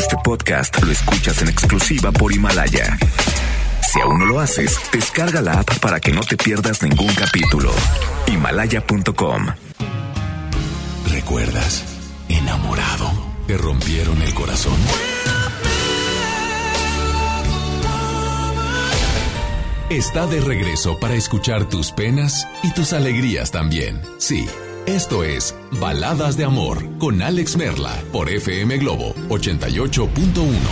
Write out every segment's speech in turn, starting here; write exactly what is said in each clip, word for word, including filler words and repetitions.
Este podcast lo escuchas en exclusiva por Himalaya. Si aún no lo haces, descarga la app para que no te pierdas ningún capítulo. Himalaya punto com. ¿Recuerdas? Enamorado. ¿Te rompieron el corazón? Está de regreso para escuchar tus penas y tus alegrías también. Sí, esto es Baladas de Amor con Alex Merla por F M Globo ochenta y ocho punto uno.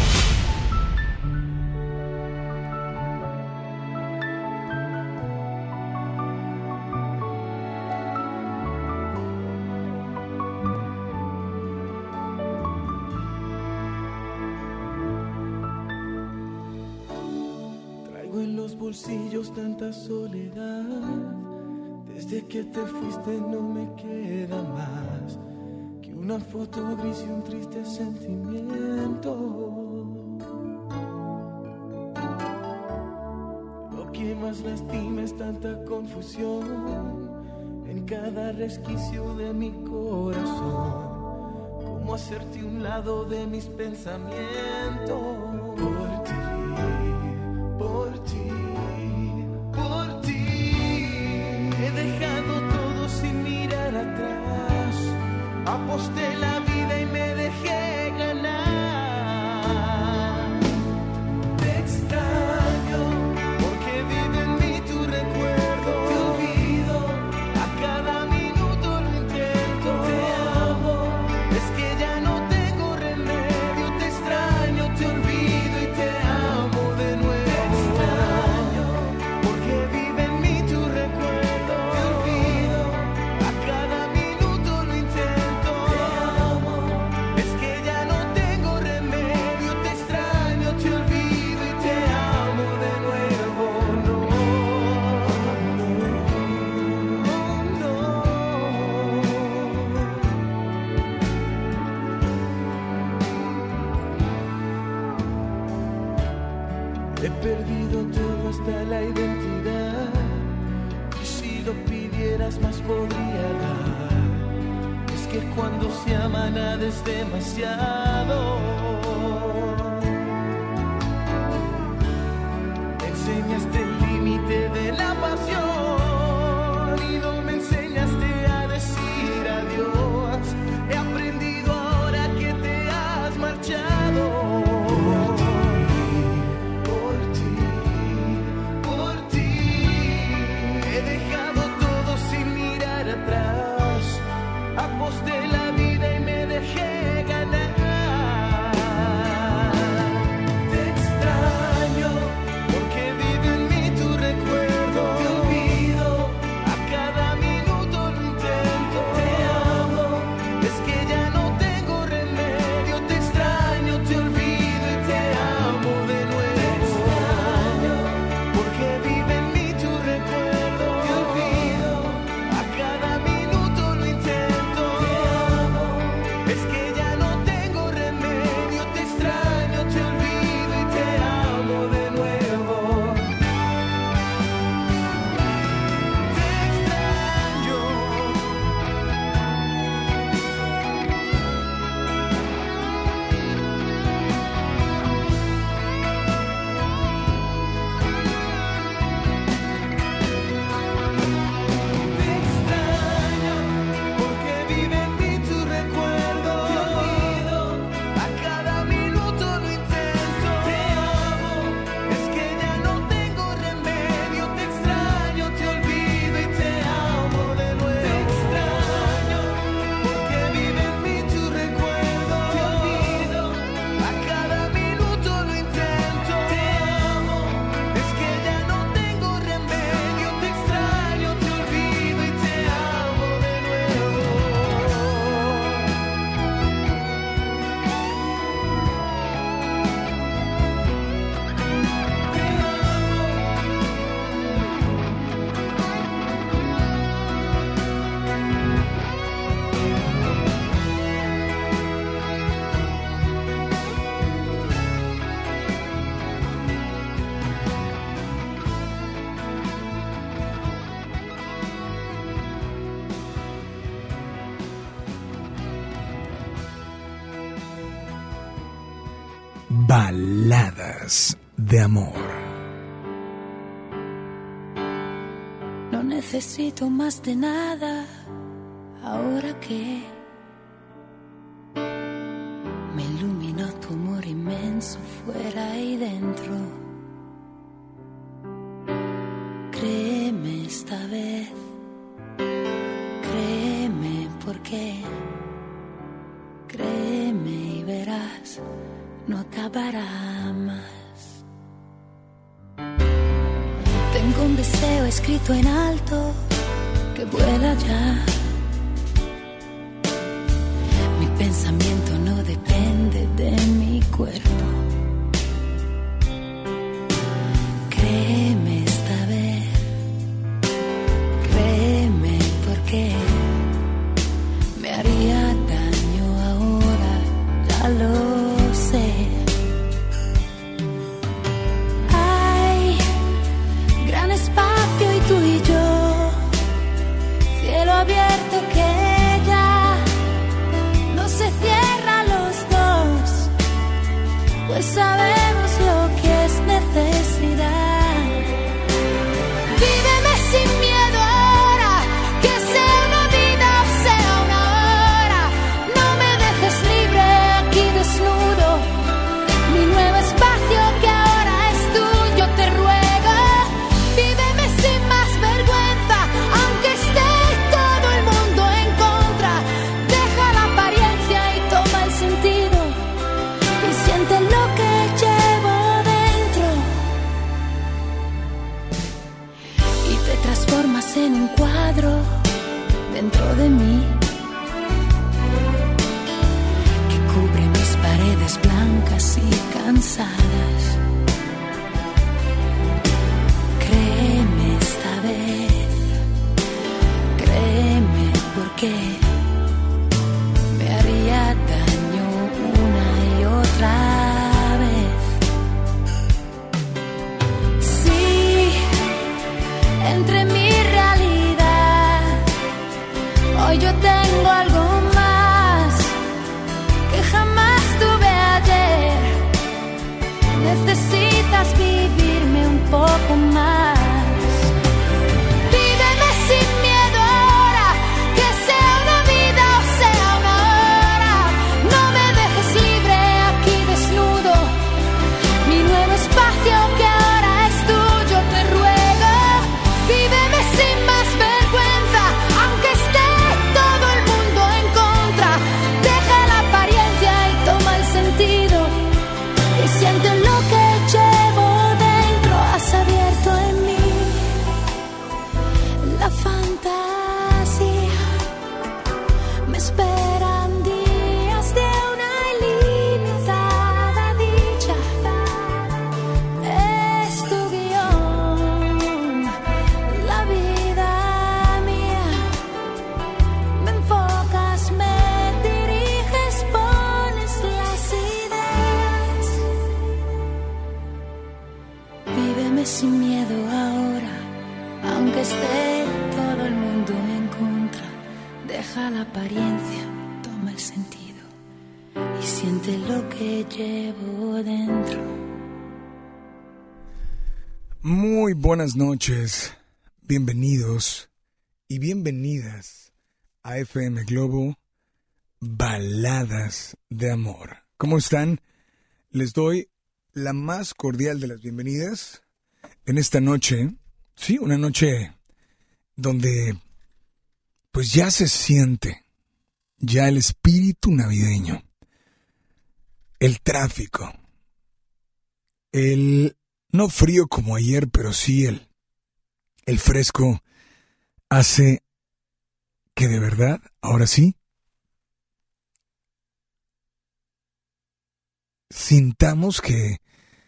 Tanta soledad, desde que te fuiste no me queda más que una foto gris y un triste sentimiento. Lo que más lastima es tanta confusión en cada resquicio de mi corazón. Cómo hacerte un lado de mis pensamientos. Por ti, por ti. He dejado todo sin mirar atrás, aposté la vida y me dejé ganar. Te extraño porque vive en mí tu recuerdo. Te olvido, a cada minuto lo intento. Te amo, es que ya no tengo remedio. Te extraño, te olvido y te amo de nuevo. Te extraño porque vive en mí tu recuerdo. He perdido todo hasta la identidad, y si lo pidieras más podría dar. Es que cuando se ama nada es demasiado. Me enseñaste el límite de la pasión y no me enseñaste a decir adiós. He aprendido ahora que te has marchado. Aposté la vida y me dejé ganar. Baladas de Amor. No necesito más de nada ahora que me iluminó tu amor inmenso fuera y dentro. Créeme esta vez, créeme porque, créeme y verás, no acabará más. Tengo un deseo escrito en alto que vuela ya. Mi pensamiento no depende de mi cuerpo. Créeme esta vez, créeme porque me haría daño ahora, ya lo sé. Hay gran espacio y tú y yo, cielo abierto que ya no se cierra los dos, pues sabemos lo que es necesidad. Víveme sin miedo ahora, que sea una vida o sea una hora. No me dejes libre aquí desnudo, mi nuevo espacio que ahora es tuyo, te ruego. Víveme sin más vergüenza, aunque esté todo el mundo en contra. Deja la apariencia y toma el sentido, y siente lo que llevo dentro. Y te transformas en un cuadro dentro de mí, que cubre mis paredes blancas y cansadas. Créeme esta vez, créeme porque me haría daño una y otra vez. Sí, entre mi realidad, hoy yo tengo algo más que jamás tuve ayer. Necesitas vivirme un poco más. Víveme sin miedo ahora, que sea una vida o sea una hora. No me dejes libre aquí desnudo, mi nuevo espacio que ahora es tuyo, te ruego. Víveme sin más vergüenza, aunque esté todo el mundo en contra. Deja la apariencia y toma el sentido, y siente lo que llevo dentro. Has abierto en mí la fantasía, me esperan días de una ilimitada dicha. Es tu guión, la vida mía. Me enfocas, me diriges, pones las ideas. Víveme sin miedo ahora, aunque esté todo el mundo en contra. Deja la apariencia, toma el sentido, y siente lo que llevo dentro. Muy buenas noches, bienvenidos y bienvenidas a F M Globo, Baladas de Amor. ¿Cómo están? Les doy la más cordial de las bienvenidas en esta noche. Sí, una noche donde pues ya se siente ya el espíritu navideño, el tráfico, el no frío como ayer, pero sí el, el fresco hace que de verdad, ahora sí, sintamos que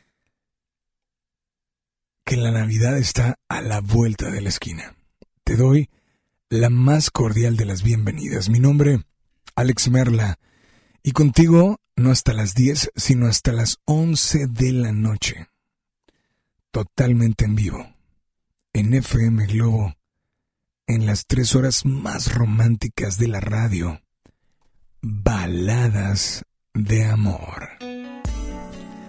que la Navidad está a la vuelta de la esquina. Te doy la más cordial de las bienvenidas. Mi nombre, Alex Merla, y contigo no hasta las diez, sino hasta las once de la noche. Totalmente en vivo, en F M Globo, en las tres horas más románticas de la radio. Baladas de Amor.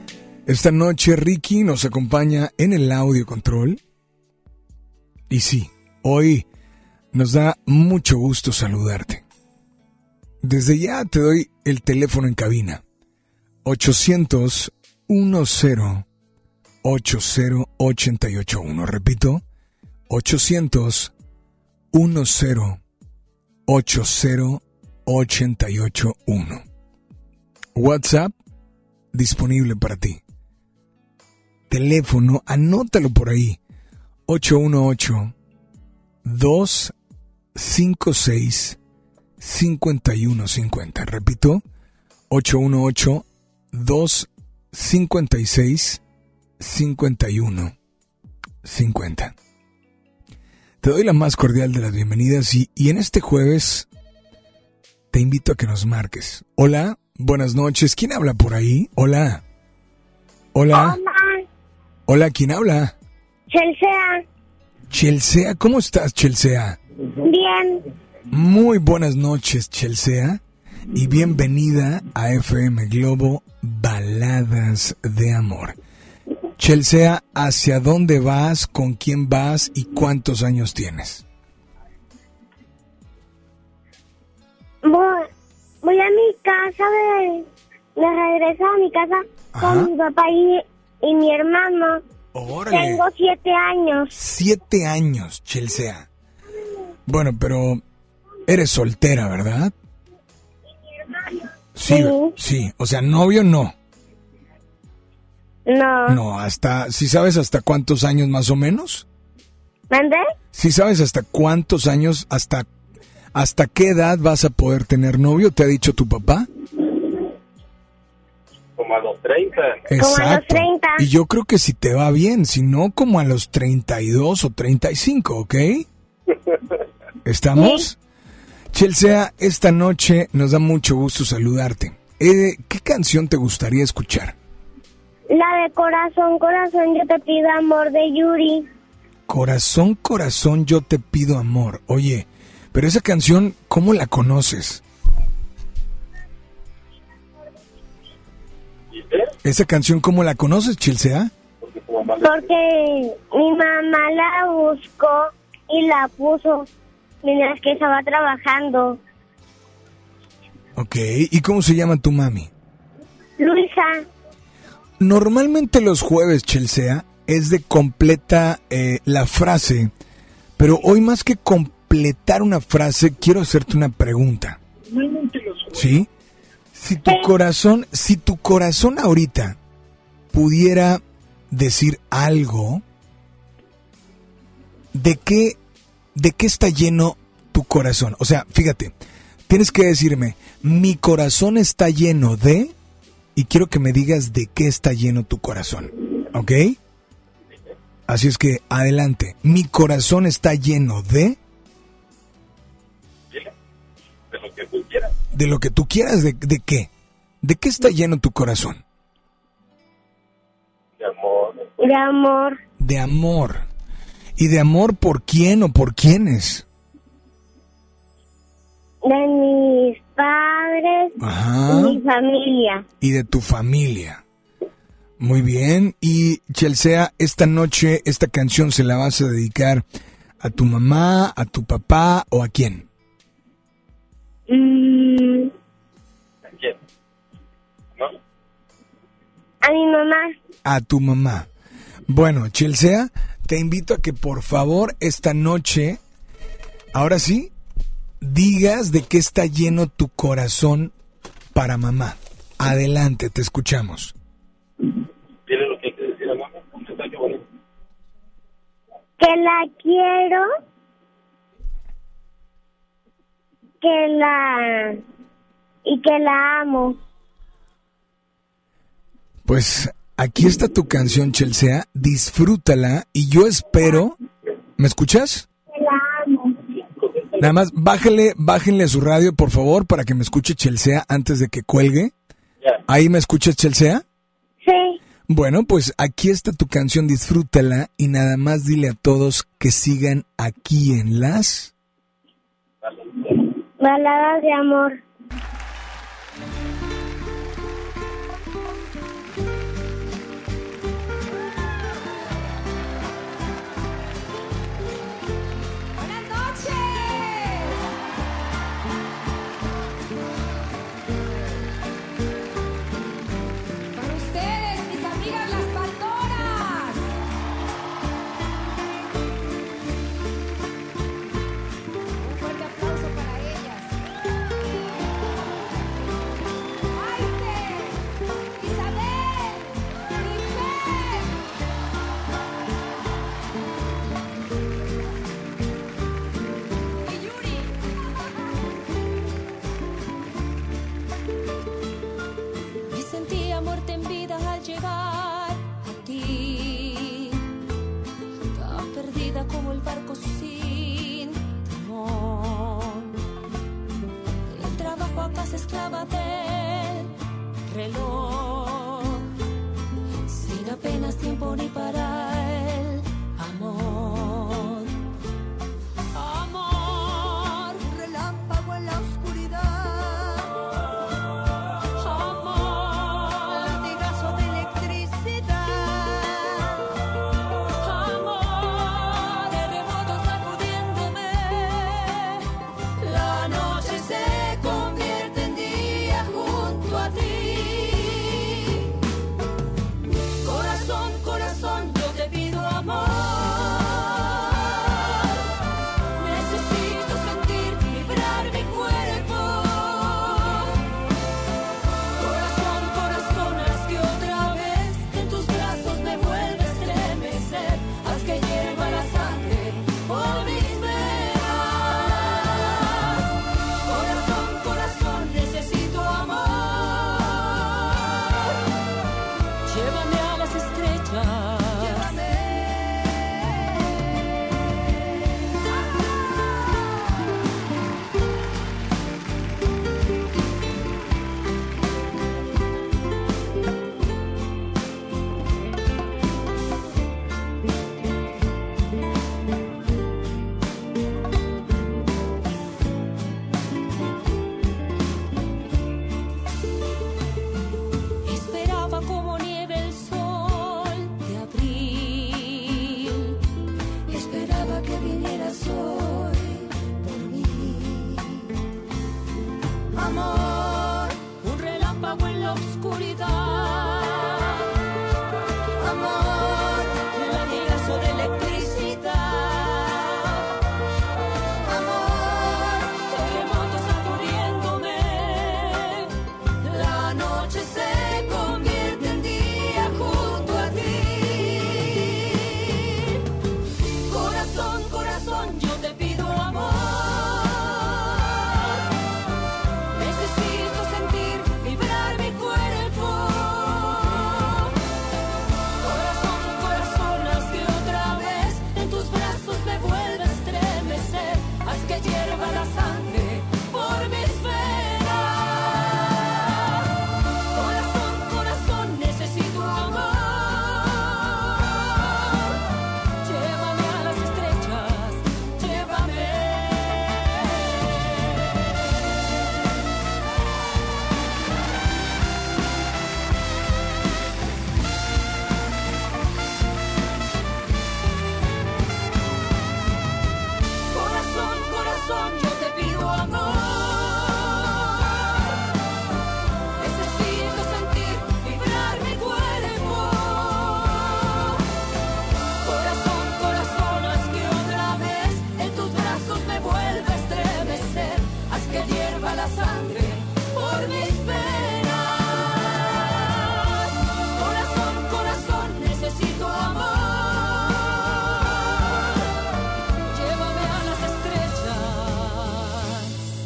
Esta noche Ricky nos acompaña en el audio control. Y sí, hoy nos da mucho gusto saludarte. Desde ya te doy el teléfono en cabina. ochocientos diez ochenta ochenta y ocho uno. Repito, ochocientos diez ochenta ochenta y ocho uno. WhatsApp disponible para ti. Teléfono, anótalo por ahí. ocho uno ocho, dos cinco seis, cinco uno cinco cero. Repito, ocho uno ocho, dos cinco seis, cinco uno cinco cero. Te doy la más cordial de las bienvenidas y, y en este jueves te invito a que nos marques. Hola, buenas noches. ¿Quién habla por ahí? Hola. Hola. Hola, Hola, ¿quién habla? Chelsea. Chelsea, ¿cómo estás, Chelsea? Bien. Muy buenas noches, Chelsea, y bienvenida a F M Globo Baladas de Amor. Chelsea, ¿hacia dónde vas, con quién vas y cuántos años tienes? Voy, voy a mi casa, me, me regreso a mi casa Ajá. con mi papá y, y mi hermano. Órale. Tengo siete años. Siete años, Chelsea. Bueno, pero eres soltera, ¿verdad? Sí, Sí. sí. O sea, novio no. No. No, hasta, ¿sí sabes hasta cuántos años más o menos? ¿Mandé? ¿Sí sabes hasta cuántos años, hasta, hasta qué edad vas a poder tener novio? ¿Te ha dicho tu papá? Como a los treinta. Como a los treinta. Y yo creo que si te va bien, si no, como a los treinta y dos o treinta y cinco, ¿ok? ¿Estamos? Chelsea, esta noche nos da mucho gusto saludarte. Eh, ¿Qué canción te gustaría escuchar? La de Corazón, Corazón, yo te pido amor de Yuri. Corazón, corazón, yo te pido amor. Oye, pero esa canción, ¿cómo la conoces? ¿Esa canción cómo la conoces, Chelsea? Porque mi mamá la buscó y la puso mientras que estaba trabajando. Ok, ¿y cómo se llama tu mami? Luisa. Normalmente los jueves, Chelsea, es de completa eh, la frase, pero hoy más que completar una frase, quiero hacerte una pregunta. ¿Sí? Si tu corazón, si tu corazón ahorita pudiera decir algo, ¿de qué, de qué está lleno tu corazón? O sea, fíjate, tienes que decirme, mi corazón está lleno de... Y quiero que me digas de qué está lleno tu corazón, ¿ok? Así es que, adelante. Mi corazón está lleno de... De lo que tú quieras. De lo que tú quieras, ¿de, de qué? ¿De qué está lleno tu corazón? De amor. De amor. De amor. ¿Y de amor por quién o por quiénes? De mis padres. Ajá. Y mi familia. Y de tu familia. Muy bien. Y Chelsea, esta noche, esta canción se la vas a dedicar a tu mamá, a tu papá o a quién? Mm, ¿A quién? ¿No? a mi mamá. A tu mamá. Bueno, Chelsea, te invito a que por favor esta noche, ahora sí, digas de qué está lleno tu corazón para mamá. Adelante, te escuchamos. Dile lo que hay que decir a mamá. Un mensaje bonito. Que la quiero. Que la... Y que la amo. Pues aquí está tu canción, Chelsea. Disfrútala y yo espero... ¿Me escuchas? Que la amo. Nada más, bájale, bájenle a su radio, por favor, para que me escuche Chelsea antes de que cuelgue. Ya. ¿Ahí me escuchas, Chelsea? Sí. Bueno, pues aquí está tu canción, disfrútala y nada más dile a todos que sigan aquí en las... Baladas de amor. en vida al llegar a ti, tan perdida como el barco sin timón. El trabajo acá se esclava del reloj, sin apenas tiempo ni para el amor. Amor, un relámpago en la oscuridad. Amor, latigazo de electricidad. Amor, terremotos sacudiéndome. La noche se convierte en día junto a ti. Corazón, corazón, yo te pido amor. Necesito sentir vibrar mi cuerpo. Corazón, corazón, haz que otra vez en tus brazos me vuelva a estremecer. Haz que hierva la sangre por mis venas. Corazón, corazón, necesito amor. Llévame a las estrellas. Llévame. Esperaba como nieve el sol de abril. Esperaba que vinieras hoy por mí. Amor, un relámpago en la oscuridad. Amor, un latigazo de electricidad. Amor, terremotos sacudiéndome. La noche se convierte en día junto a ti. Corazón, corazón, yo te pido amor. Necesito sentir vibrar mi cuerpo. Corazón, corazón, haz que otra vez en tus brazos me vuelva a estremecer. Haz que hierva la sangre por mis venas. Corazón, corazón, necesito amor. Llévame a las estrellas, llévame. Corazón, corazón, yo te pido amor. Necesito sentir vibrar mi cuerpo. Corazón, corazón, haz que otra vez en tus brazos me vuelva a estremecer. Haz que hierva la sangre por mis venas. Corazón, corazón, necesito amor. Llévame a las estrellas.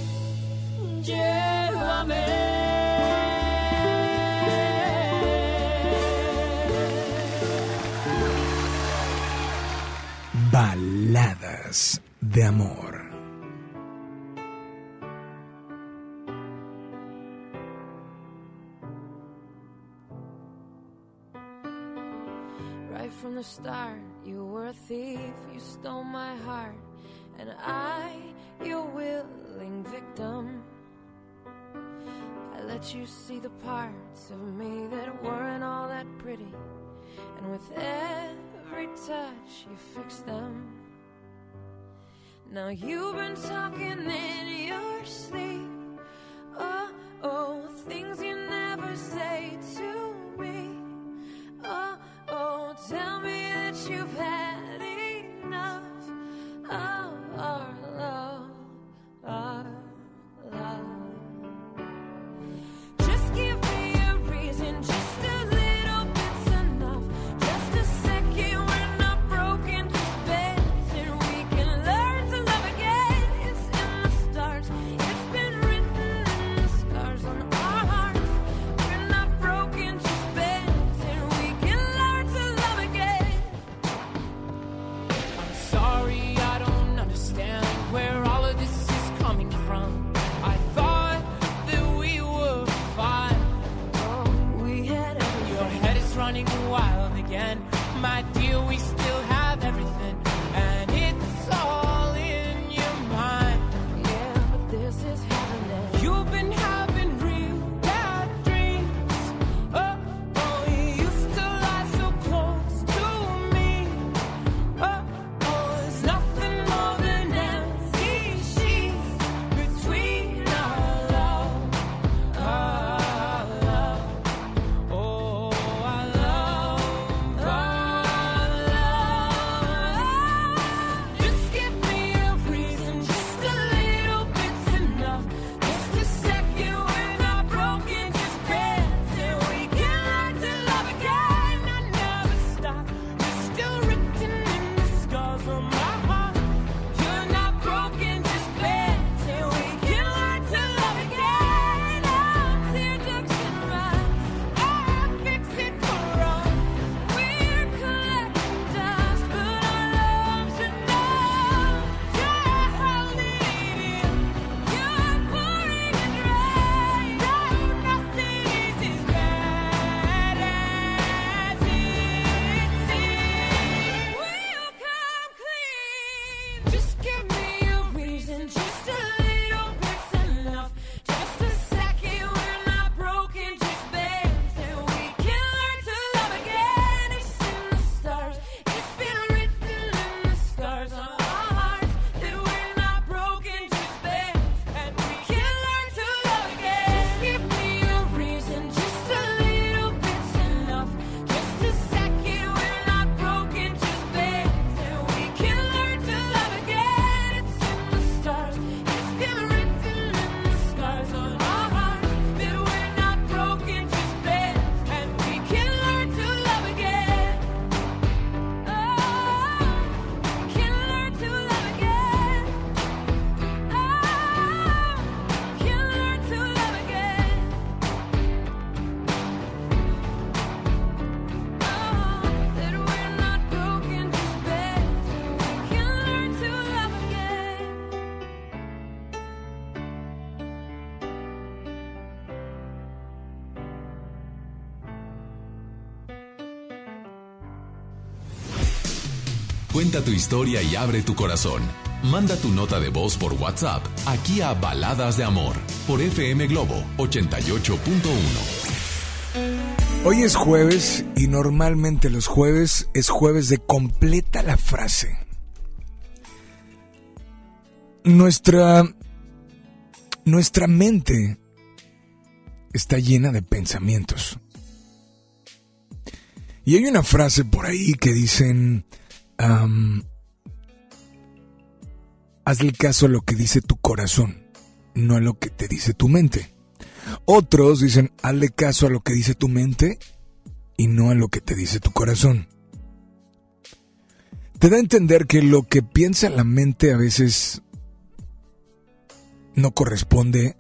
Llévame. Baladas de amor. Right from the start, you were a thief, you stole my heart, and I, your willing victim. I let you see the parts of me that weren't all that pretty, and with every touch you fixed them. Now you've been talking in your sleep, oh, oh, things you never say to me. Oh, oh, tell me that you've had enough of our love, our love. Just give me a reason, just a little bit's enough. Just a second, we're not broken, just bends, and we can learn to love again. It's in the stars, it's been real. running wild again. My dear, we still have everything, and it's all in your mind. Yeah, but this is heaven. You've been having real bad dreams. Oh, oh, you used to lie so close to me. Oh, oh, there's nothing more than empty sheets between our love, our love. Oh, our love, our love. Just give me a reason, just a little bit's enough. Just a second, we're not broken, just friends, and we can learn to love again. I never stop, you're still written in the scars on my heart. You're not broken, just friends, and we can learn to love again. Our teardrops can rise, I'll fix it for us. We're collecting dust, but our love's enough. You're holding it in, you're pouring it right. No, nothing is as bad as it seems. Will you come clean? Just give me a reason, just a little bit's enough. Just a second, we're not broken, just bends, and we can learn to love again. It's in the stars, it's been written in the scars on our hearts that we're not broken, just bends, and we can learn to love again. Just give me a reason, just a little bit's enough. Just a second, we're not broken, just bends, and we can learn to love again. It's in the stars, it's been written in the scars on our hearts that we're not broken, just bends, and we can learn to love again. Oh, we can learn to love again. Oh, we can learn to love again. Oh, that we're not broken, just bends, and we can learn to love again. Cuenta tu historia y abre tu corazón. Manda tu nota de voz por WhatsApp aquí a Baladas de Amor por F M Globo ochenta y ocho punto uno. Hoy es jueves y normalmente los jueves es jueves de completa la frase. Nuestra, nuestra mente está llena de pensamientos. Y hay una frase por ahí que dicen, um, hazle caso a lo que dice tu corazón, no a lo que te dice tu mente. Otros dicen, hazle caso a lo que dice tu mente y no a lo que te dice tu corazón. Te da a entender que lo que piensa la mente a veces no corresponde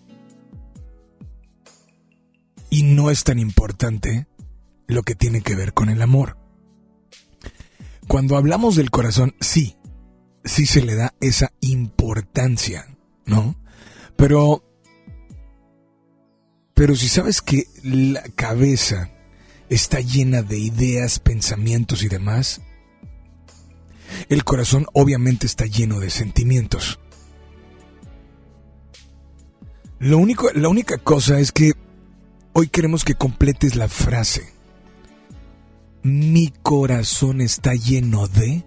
y no es tan importante lo que tiene que ver con el amor. Cuando hablamos del corazón, sí, sí se le da esa importancia, ¿no? Pero, pero si sabes que la cabeza está llena de ideas, pensamientos y demás, el corazón obviamente está lleno de sentimientos. Lo único, la única cosa es que hoy queremos que completes la frase. Mi corazón está lleno de...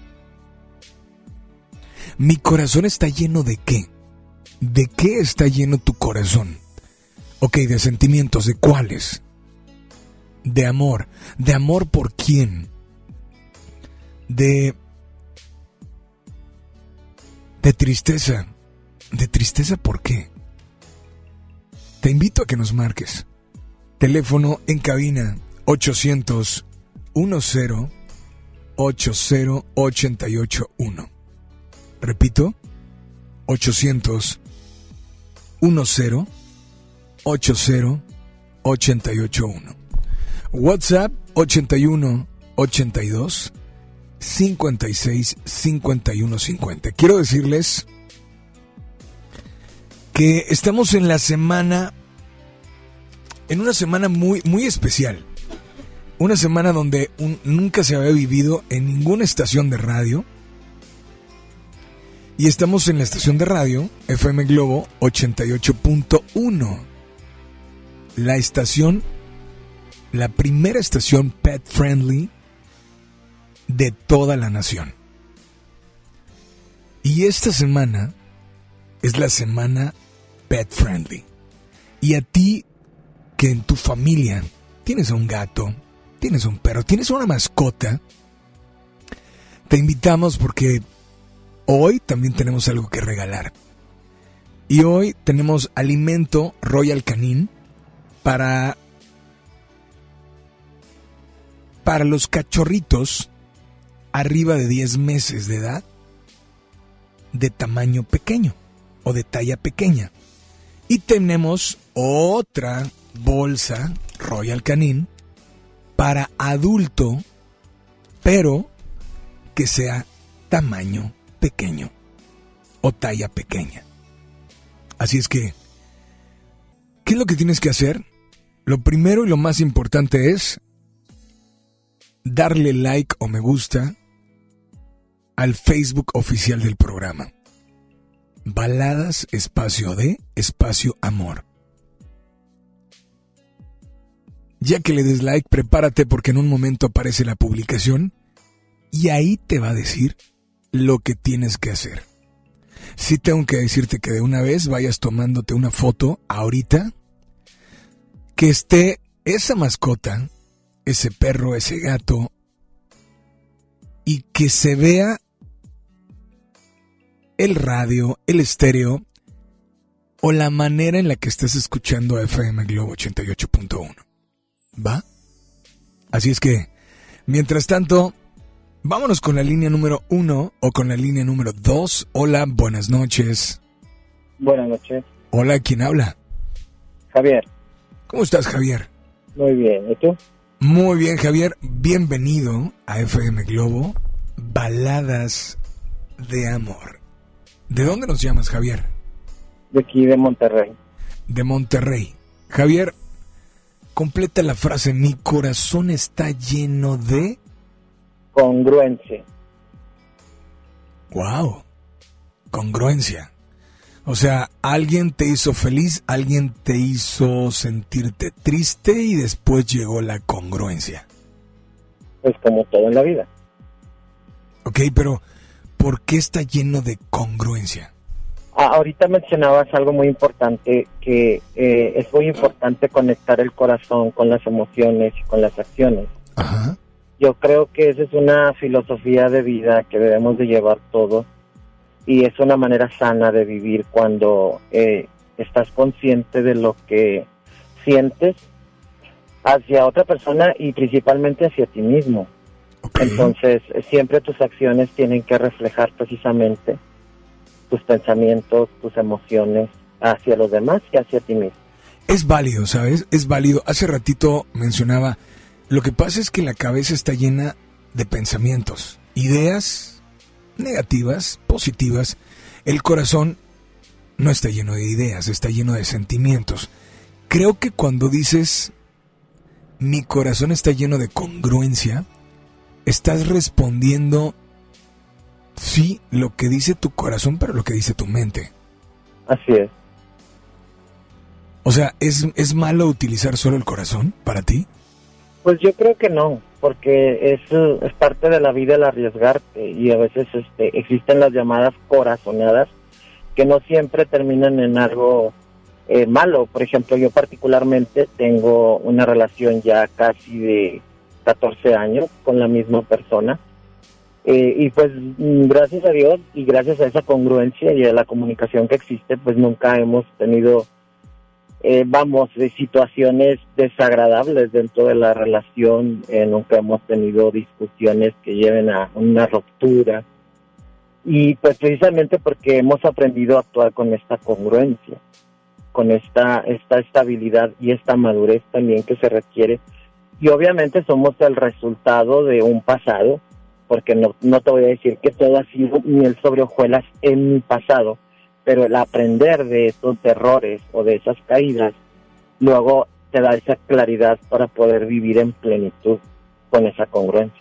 ¿Mi corazón está lleno de qué? ¿De qué está lleno tu corazón? Ok, de sentimientos, ¿de cuáles? De amor. ¿De amor por quién? De... De tristeza. ¿De tristeza por qué? Te invito a que nos marques. Teléfono en cabina ochocientos diez ochenta ochenta y ocho uno. Repito, ochocientos diez ochenta ochenta y ocho uno. WhatsApp ochenta y uno ochenta y dos cincuenta y seis cincuenta y uno cincuenta. Quiero decirles que estamos en la semana, en una semana muy, muy especial. Una semana donde un, nunca se había vivido en ninguna estación de radio. Y estamos en la estación de radio F M Globo ochenta y ocho punto uno. La estación, la primera estación pet friendly de toda la nación. Y esta semana es la semana pet friendly. Y a ti que en tu familia tienes un gato, tienes un perro, tienes una mascota, te invitamos porque hoy también tenemos algo que regalar. Y hoy tenemos alimento Royal Canin para, para los cachorritos arriba de diez meses de edad, de tamaño pequeño o de talla pequeña. Y tenemos otra bolsa Royal Canin para adulto, pero que sea tamaño pequeño o talla pequeña. Así es que, ¿qué es lo que tienes que hacer? Lo primero y lo más importante es darle like o me gusta al Facebook oficial del programa. Baladas, espacio de, espacio amor. Ya que le des like, prepárate porque en un momento aparece la publicación y ahí te va a decir lo que tienes que hacer. Sí tengo que decirte que de una vez vayas tomándote una foto ahorita, que esté esa mascota, ese perro, ese gato, y que se vea el radio, el estéreo o la manera en la que estás escuchando F M Globo ochenta y ocho punto uno. ¿Va? Así es que, mientras tanto, vámonos con la línea número uno o con la línea número dos. Hola, buenas noches. Buenas noches. Hola, ¿quién habla? Javier. ¿Cómo estás, Javier? Muy bien, ¿y tú? Muy bien, Javier. Bienvenido a F M Globo, Baladas de Amor. ¿De dónde nos llamas, Javier? De aquí, de Monterrey. De Monterrey. Javier, completa la frase, mi corazón está lleno de... Congruencia. Wow, congruencia. O sea, alguien te hizo feliz, alguien te hizo sentirte triste y después llegó la congruencia. Pues como todo en la vida. Ok, pero ¿por qué está lleno de congruencia? Ah, ahorita mencionabas algo muy importante, que eh, es muy importante conectar el corazón con las emociones y con las acciones. Ajá. Yo creo que esa es una filosofía de vida que debemos de llevar todos y es una manera sana de vivir cuando eh, estás consciente de lo que sientes hacia otra persona y principalmente hacia ti mismo. Okay. Entonces, siempre tus acciones tienen que reflejar precisamente tus pensamientos, tus emociones hacia los demás y hacia ti mismo. Es válido, ¿sabes? Es válido. Hace ratito mencionaba, lo que pasa es que la cabeza está llena de pensamientos, ideas negativas, positivas. El corazón no está lleno de ideas, está lleno de sentimientos. Creo que cuando dices, mi corazón está lleno de congruencia, estás respondiendo, sí, lo que dice tu corazón, pero lo que dice tu mente. Así es. O sea, ¿es, es malo utilizar solo el corazón para ti? Pues yo creo que no, porque es, es parte de la vida el arriesgarte y a veces este, existen las llamadas corazonadas que no siempre terminan en algo eh, malo. Por ejemplo, yo particularmente tengo una relación ya casi de catorce años con la misma persona eh, y pues gracias a Dios y gracias a esa congruencia y a la comunicación que existe, pues nunca hemos tenido Eh, vamos, de situaciones desagradables dentro de la relación, eh, nunca hemos tenido discusiones que lleven a una ruptura y pues precisamente porque hemos aprendido a actuar con esta congruencia, con esta, esta estabilidad y esta madurez también que se requiere y obviamente somos el resultado de un pasado, porque no, no te voy a decir que todo ha sido miel sobre hojuelas en mi pasado, pero el aprender de esos errores o de esas caídas, luego te da esa claridad para poder vivir en plenitud con esa congruencia.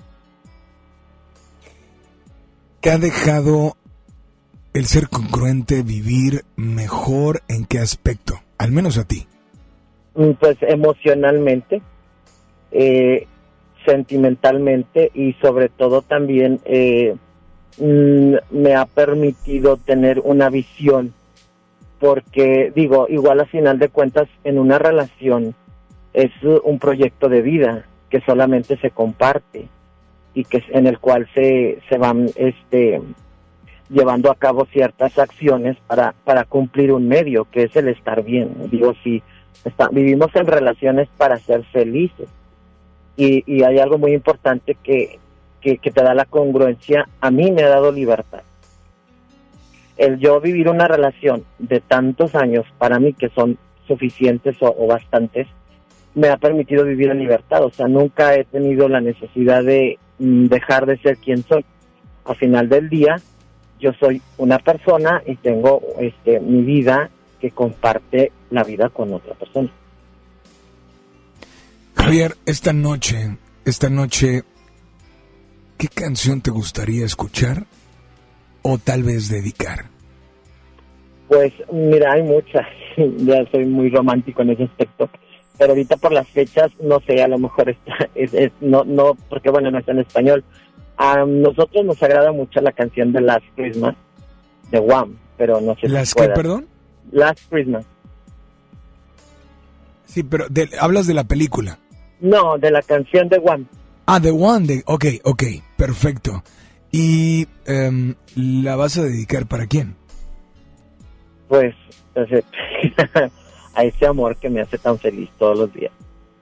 ¿Qué ha dejado el ser congruente, vivir mejor, en qué aspecto? Al menos a ti. Pues emocionalmente, eh, sentimentalmente y sobre todo también eh, mm, me ha permitido tener una visión, porque digo, igual a final de cuentas en una relación es un proyecto de vida que solamente se comparte y que en el cual se, se van este llevando a cabo ciertas acciones para, para cumplir un medio, que es el estar bien. Digo, si está, vivimos en relaciones para ser felices, y, y hay algo muy importante que, que, que te da la congruencia. A mí me ha dado libertad. El yo vivir una relación de tantos años, para mí que son suficientes o, o bastantes, me ha permitido vivir en libertad. O sea, nunca he tenido la necesidad de mm, dejar de ser quien soy. Al final del día, yo soy una persona y tengo este mi vida que comparte la vida con otra persona. Javier, esta noche, esta noche, ¿qué canción te gustaría escuchar o tal vez dedicar? Pues mira, hay muchas. Ya soy muy romántico en ese aspecto, pero ahorita por las fechas, no sé, a lo mejor está, es, es, no, no, porque bueno, no está en español. A nosotros nos agrada mucho la canción de Last Christmas, de Wham, pero no sé ¿Las si qué, pueda. perdón? Last Christmas. Sí, pero de, hablas de la película. No, de la canción de Wham. Ah, The One, de, ok, ok, perfecto. ¿Y um, la vas a dedicar para quién? Pues, entonces, a ese amor que me hace tan feliz todos los días.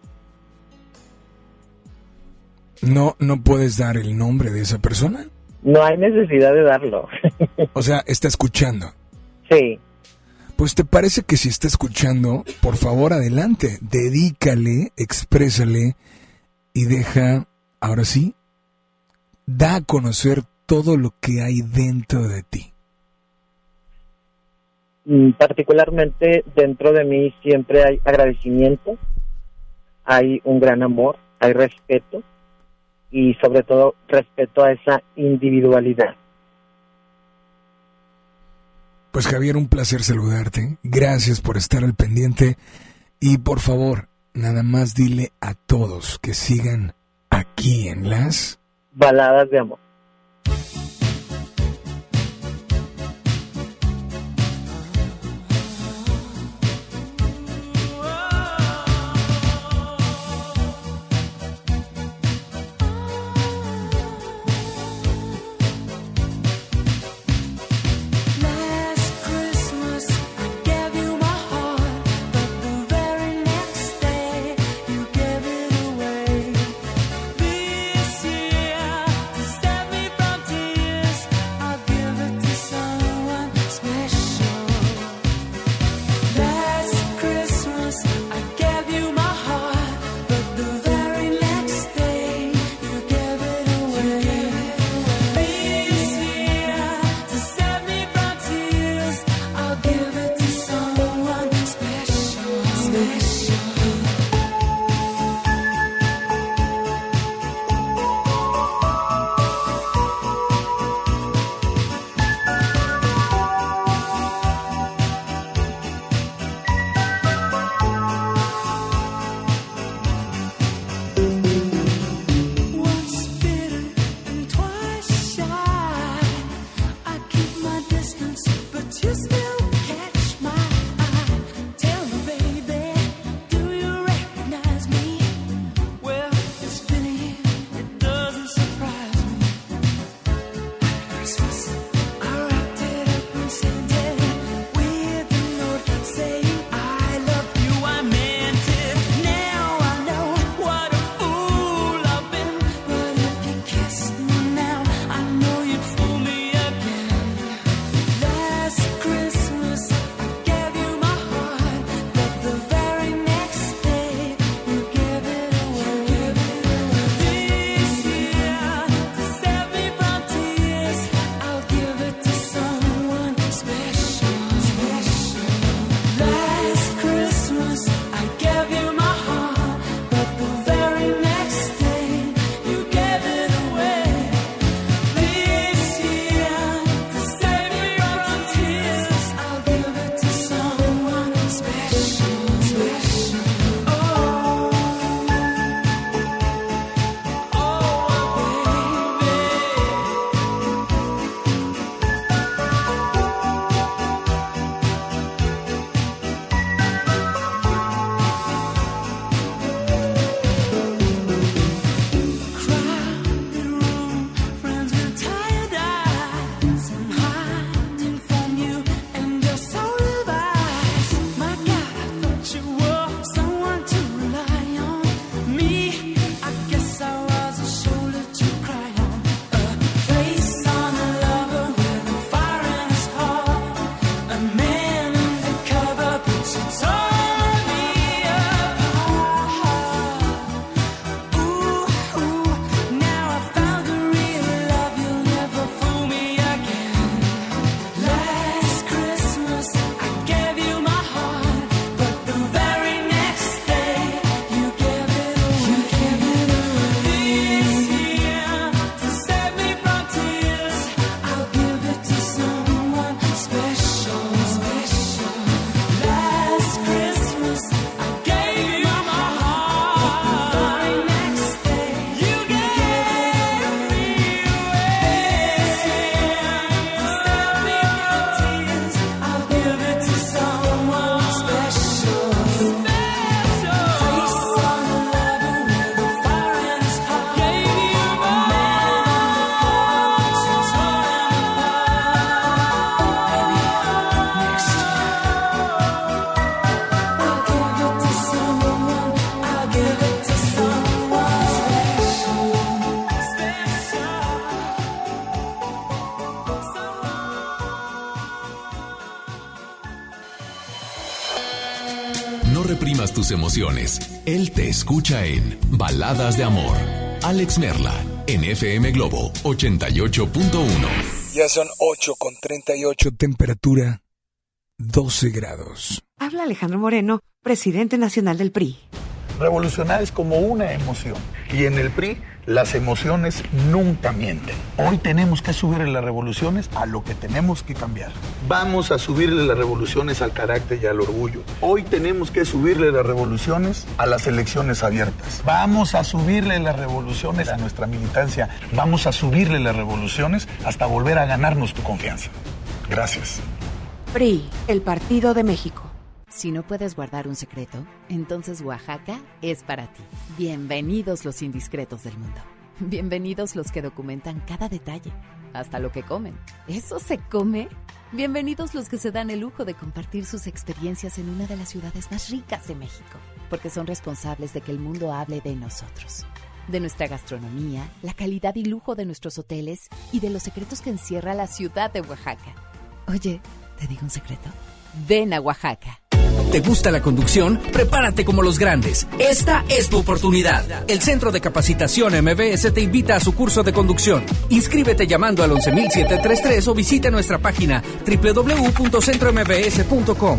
¿No, no puedes dar el nombre de esa persona? No hay necesidad de darlo. O sea, está escuchando. Sí. Pues te parece que si está escuchando, por favor, adelante, dedícale, exprésale y deja, ahora sí, da a conocer todo lo que hay dentro de ti. Mm, Particularmente dentro de mí siempre hay agradecimiento, hay un gran amor, hay respeto y sobre todo respeto a esa individualidad. Pues Javier, un placer saludarte. Gracias por estar al pendiente. Y por favor, nada más dile a todos que sigan aquí en las Baladas de amor. Last Christmas I gave you my heart, but the very next day you gave it away. This year, December calmas tus emociones. Él te escucha en Baladas de Amor. Alex Merla, en F M Globo ochenta y ocho punto uno. Ya son ocho con treinta y ocho, temperatura doce grados. Habla Alejandro Moreno, presidente nacional del P R I. Revolucionar es como una emoción. Y en el P R I, las emociones nunca mienten. Hoy tenemos que subirle las revoluciones a lo que tenemos que cambiar. Vamos a subirle las revoluciones al carácter y al orgullo. Hoy tenemos que subirle las revoluciones a las elecciones abiertas. Vamos a subirle las revoluciones a nuestra militancia. Vamos a subirle las revoluciones hasta volver a ganarnos tu confianza. Gracias. P R I, el Partido de México. Si no puedes guardar un secreto, entonces Oaxaca es para ti. Bienvenidos los indiscretos del mundo. Bienvenidos los que documentan cada detalle, hasta lo que comen. ¿Eso se come? Bienvenidos los que se dan el lujo de compartir sus experiencias en una de las ciudades más ricas de México, porque son responsables de que el mundo hable de nosotros, de nuestra gastronomía, la calidad y lujo de nuestros hoteles y de los secretos que encierra la ciudad de Oaxaca. Oye, ¿te digo un secreto? Ven a Oaxaca. ¿Te gusta la conducción? Prepárate como los grandes. Esta es tu oportunidad. El Centro de Capacitación M B S te invita a su curso de conducción. Inscríbete llamando al once mil setecientos treinta y tres o visita nuestra página doble u doble u doble u punto centro m b s punto com.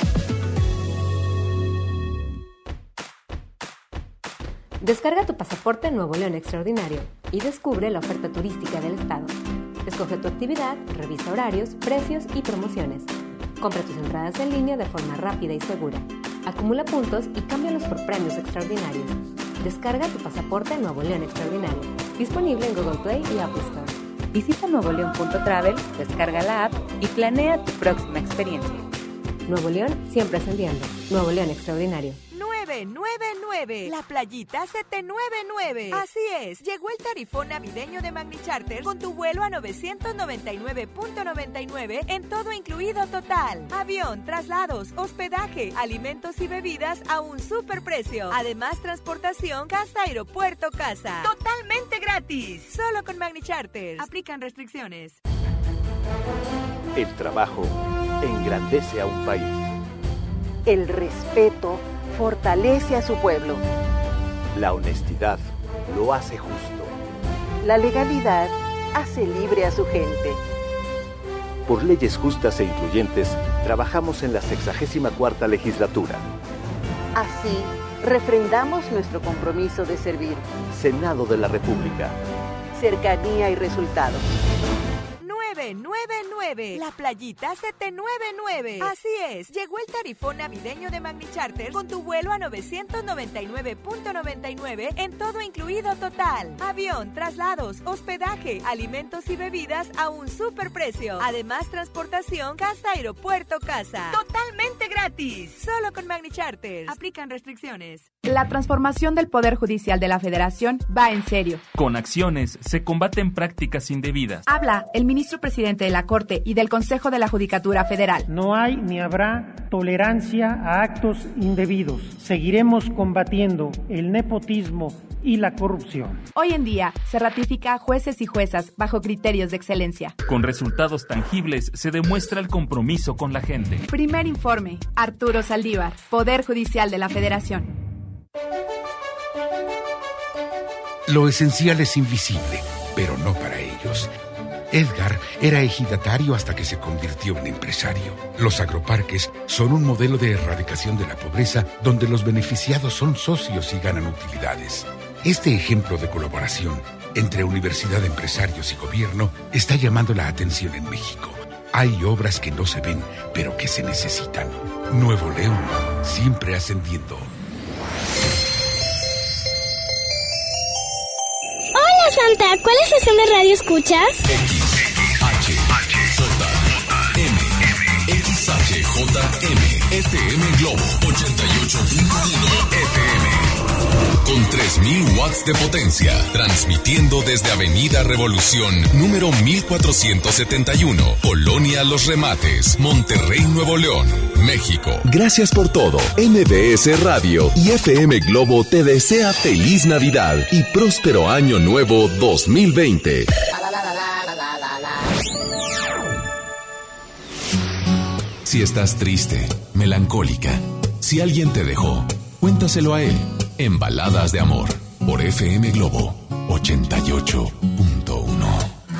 Descarga tu pasaporte Nuevo León Extraordinario y descubre la oferta turística del estado. Escoge tu actividad, revisa horarios, precios y promociones. Compra tus entradas en línea de forma rápida y segura. Acumula puntos y cámbialos por premios extraordinarios. Descarga tu pasaporte Nuevo León Extraordinario. Disponible en Google Play y Apple Store. Visita nuevo león punto travel, descarga la app y planea tu próxima experiencia. Nuevo León siempre ascendiendo. Nuevo León Extraordinario. nueve nueve nueve. La playita se te nueve nueve. Así es, llegó el tarifón navideño de Magni Charter con tu vuelo a novecientos noventa y nueve punto noventa y nueve en todo incluido total. Avión, traslados, hospedaje, alimentos y bebidas a un superprecio. Además, transportación casa-aeropuerto-casa. Totalmente gratis. Solo con Magni Charter. Aplican restricciones. El trabajo engrandece a un país. El respeto fortalece a su pueblo. La honestidad lo hace justo. La legalidad hace libre a su gente. Por leyes justas e incluyentes, trabajamos en la sexagésima cuarta legislatura. Así, refrendamos nuestro compromiso de servir. Senado de la República. Cercanía y resultados. nueve nueve nueve. La playita se te nueve nueve. Así es, llegó el tarifón navideño de Magni Charter con tu vuelo a novecientos noventa y nueve punto noventa y nueve en todo incluido total. Avión, traslados, hospedaje, alimentos y bebidas a un superprecio. Además, transportación casa-aeropuerto-casa. Totalmente gratis. Solo con Magni Charter. Aplican restricciones. La transformación del Poder Judicial de la Federación va en serio. Con acciones se combaten prácticas indebidas. Habla el ministro presidente de la Corte y del Consejo de la Judicatura Federal. No hay ni habrá tolerancia a actos indebidos. Seguiremos combatiendo el nepotismo y la corrupción. Hoy en día se ratifica a jueces y juezas bajo criterios de excelencia. Con resultados tangibles se demuestra el compromiso con la gente. Primer informe, Arturo Saldívar, Poder Judicial de la Federación. Lo esencial es invisible, pero no para ellos. Edgar era ejidatario hasta que se convirtió en empresario. Los agroparques son un modelo de erradicación de la pobreza donde los beneficiados son socios y ganan utilidades. Este ejemplo de colaboración entre universidad, empresarios y gobierno está llamando la atención en México. Hay obras que no se ven, pero que se necesitan. Nuevo León, siempre ascendiendo. Hola Santa, ¿cuál estación de radio escuchas? X H J M X H J M F M Globo ochenta y ocho punto uno F M. Con tres mil watts de potencia, transmitiendo desde Avenida Revolución, número mil cuatrocientos setenta y uno, Colonia Los Remates, Monterrey, Nuevo León, México. Gracias por todo. M B S Radio y F M Globo te desea feliz Navidad y próspero año nuevo dos mil veinte. Si estás triste, melancólica, Si alguien te dejó, cuéntaselo a él en Baladas de Amor por F M Globo ochenta y ocho punto uno.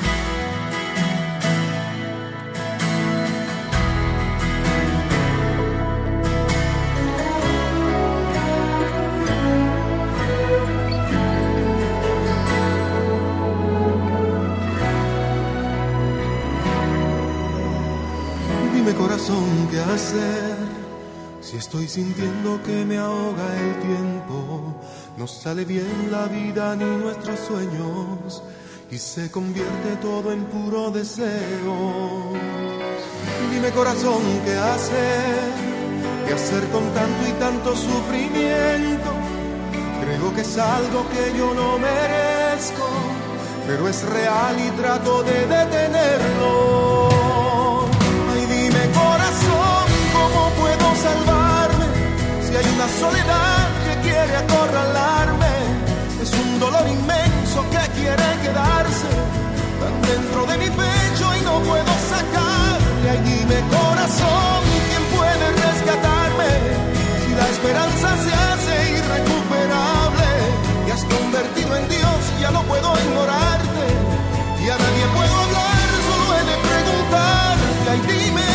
Dime corazón, ¿qué hacer? Si estoy sintiendo que me ahoga el tiempo, no sale bien la vida ni nuestros sueños y se convierte todo en puro deseo. Dime corazón, ¿qué hacer? ¿Qué hacer con tanto y tanto sufrimiento? Creo que es algo que yo no merezco, pero es real y trato de detenerlo. Ay, dime corazón, ¿cómo puedo salvarme? Si hay una soledad que quiere acorralarme, es un dolor inmenso que quiere quedarse tan dentro de mi pecho y no puedo sacarle. Ay, dime corazón, ¿quién puede rescatarme? Si la esperanza se hace irrecuperable, te has convertido en Dios, ya no puedo ignorarte y a nadie puedo hablar, solo he de preguntarte. Ay, dime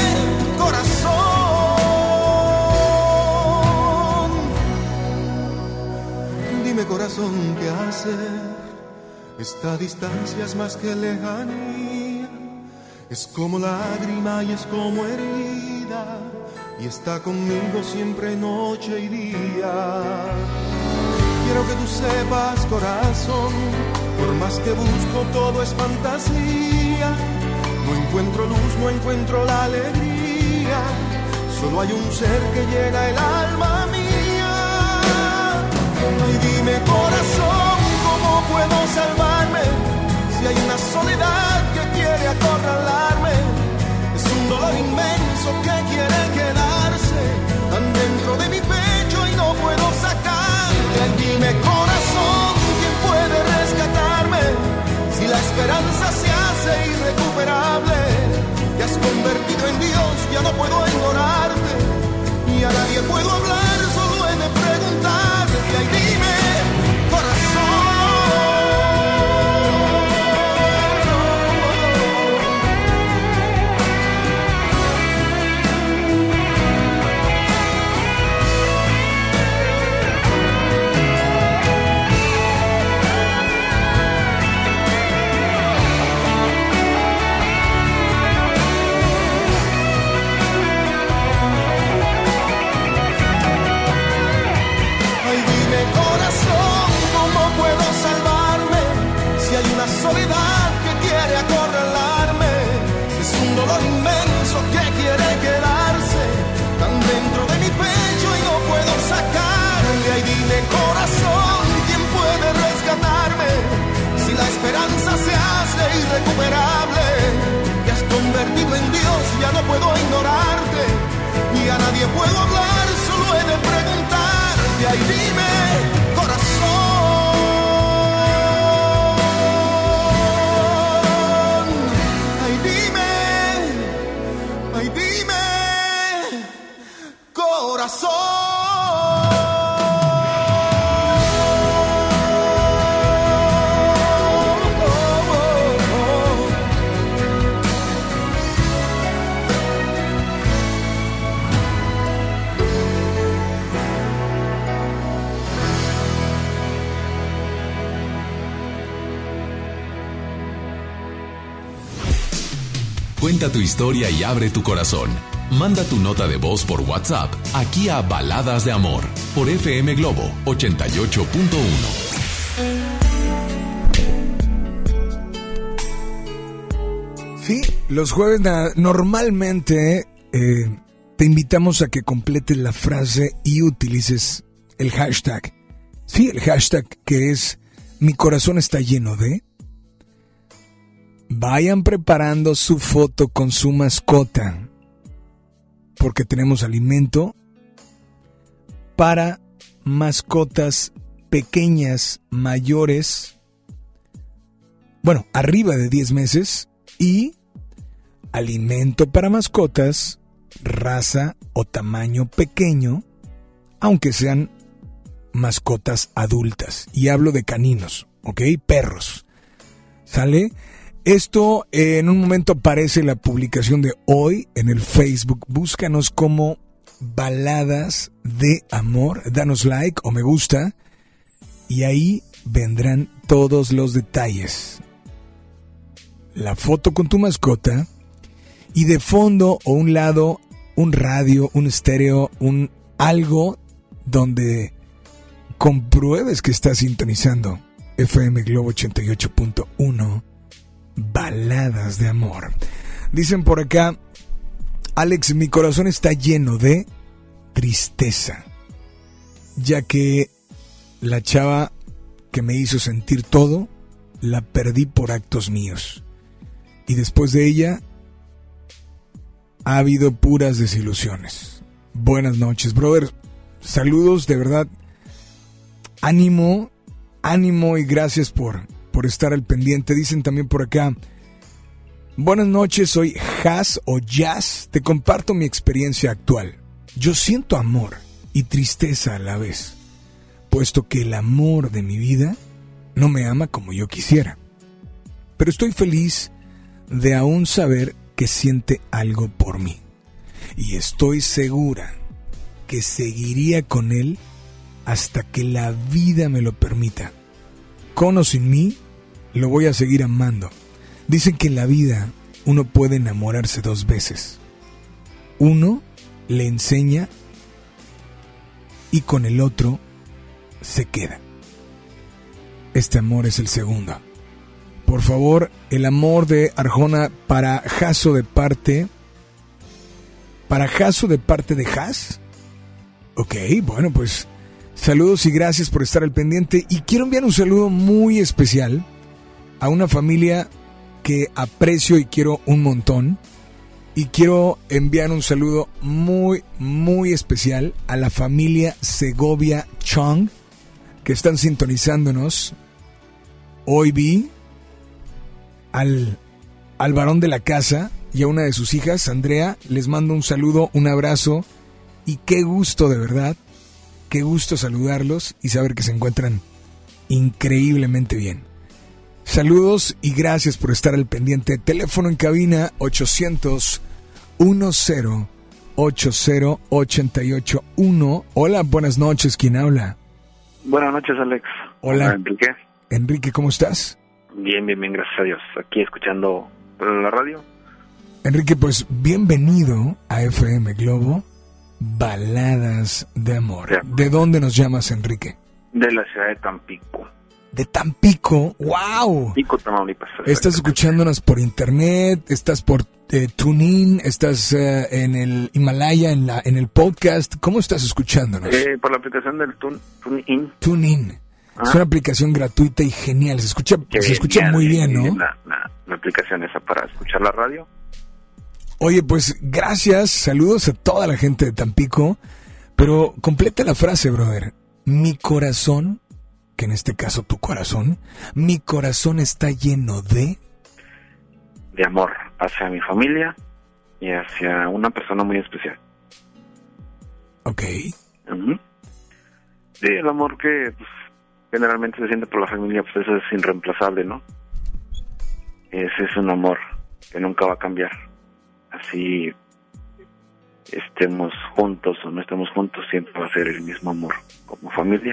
corazón, dime corazón, ¿qué hacer? Esta distancia es más que lejanía, es como lágrima y es como herida, y está conmigo siempre noche y día. Quiero que tú sepas corazón, por más que busco todo es fantasía, no encuentro luz, no encuentro la alegría, solo hay un ser que llena el alma mía. Ay, dime corazón, ¿cómo puedo salvarme? Si hay una soledad que quiere acorralarme, es un dolor inmenso que quiere quedarse tan dentro de mi pecho y no puedo sacarle. Ay, dime corazón, ¿quién puede rescatarme? Si la esperanza se hace irrecuperable, te has convertido en Dios, ya no puedo ignorarte y a nadie puedo hablar, solo he de preguntarte. Ay, dime corazón. Soledad que quiere acorralarme, es un dolor inmenso que quiere quedarse tan dentro de mi pecho y no puedo sacarle. Ay, dime corazón, ¿quién puede rescatarme? Si la esperanza se hace irrecuperable, te has convertido en Dios, ya no puedo ignorarte y a nadie puedo hablar, solo he de preguntarte. Ay, dime corazón. Cuenta tu historia y abre tu corazón. Manda tu nota de voz por WhatsApp aquí a Baladas de Amor por F M Globo ochenta y ocho punto uno. Sí, los jueves na- normalmente eh, te invitamos a que completes la frase y utilices el hashtag. Sí, el hashtag que es mi corazón está lleno de. Vayan preparando su foto con su mascota, porque tenemos alimento para mascotas pequeñas, mayores, bueno, arriba de diez meses, y alimento para mascotas, raza o tamaño pequeño, aunque sean mascotas adultas. Y hablo de caninos, ¿ok? Perros. ¿Sale? Esto eh, en un momento aparece la publicación de hoy en el Facebook. Búscanos como Baladas de Amor. Danos like o me gusta. Y ahí vendrán todos los detalles. La foto con tu mascota. Y de fondo o un lado, un radio, un estéreo, un algo donde compruebes que estás sintonizando F M Globo ochenta y ocho punto uno, Baladas de Amor. Dicen por acá, Alex, mi corazón está lleno de tristeza, ya que la chava que me hizo sentir todo, la perdí por actos míos. Y después de ella, ha habido puras desilusiones. Buenas noches, brother. Saludos, de verdad. Ánimo, ánimo y gracias por, por estar al pendiente. Dicen también por acá, buenas noches, soy Jazz o Jazz. Te comparto mi experiencia actual. Yo siento amor y tristeza a la vez, puesto que el amor de mi vida no me ama como yo quisiera. Pero estoy feliz de aún saber que siente algo por mí. Y estoy segura que seguiría con él hasta que la vida me lo permita. Con o sin mí, lo voy a seguir amando. Dicen que en la vida uno puede enamorarse dos veces. Uno le enseña y con el otro se queda. Este amor es el segundo. Por favor, el amor de Arjona para Jaso de parte... ¿Para Jaso de parte de Jazz? Ok, bueno, pues saludos y gracias por estar al pendiente. Y quiero enviar un saludo muy especial a una familia que aprecio y quiero un montón. Y quiero enviar un saludo muy, muy especial a la familia Segovia Chong, que están sintonizándonos. Hoy vi al, al varón de la casa y a una de sus hijas, Andrea. Les mando un saludo, un abrazo y qué gusto, de verdad, qué gusto saludarlos y saber que se encuentran increíblemente bien. Saludos y gracias por estar al pendiente. Teléfono en cabina ochocientos diez ochenta ochenta y ocho uno. Hola, buenas noches, ¿quién habla? Buenas noches, Alex. Hola. Hola, Enrique. Enrique, ¿cómo estás? Bien, bien, bien, gracias a Dios. Aquí escuchando la radio. Enrique, pues bienvenido a F M Globo, Baladas de Amor. Ya. ¿De dónde nos llamas, Enrique? De la ciudad de Tampico. De Tampico, wow. Tampico, Tamaulipas. Estás escuchándonos por internet, estás por eh, TuneIn, estás eh, en el Himalaya, en la en el podcast. ¿Cómo estás escuchándonos? Eh, por la aplicación del Tune, TuneIn. TuneIn. Ah. Es una aplicación gratuita y genial. Se escucha, Qué se escucha genial, muy bien, eh, ¿no? La, la, la aplicación esa para escuchar la radio. Oye, pues gracias, saludos a toda la gente de Tampico, pero completa la frase, brother. Mi corazón, que en este caso tu corazón, mi corazón está lleno de... De amor hacia mi familia y hacia una persona muy especial. Ok. Uh-huh. Sí, el amor que pues, generalmente se siente por la familia, pues eso es irreemplazable, ¿no? Ese es un amor que nunca va a cambiar. Así estemos juntos o no estemos juntos, siempre va a ser el mismo amor como familia.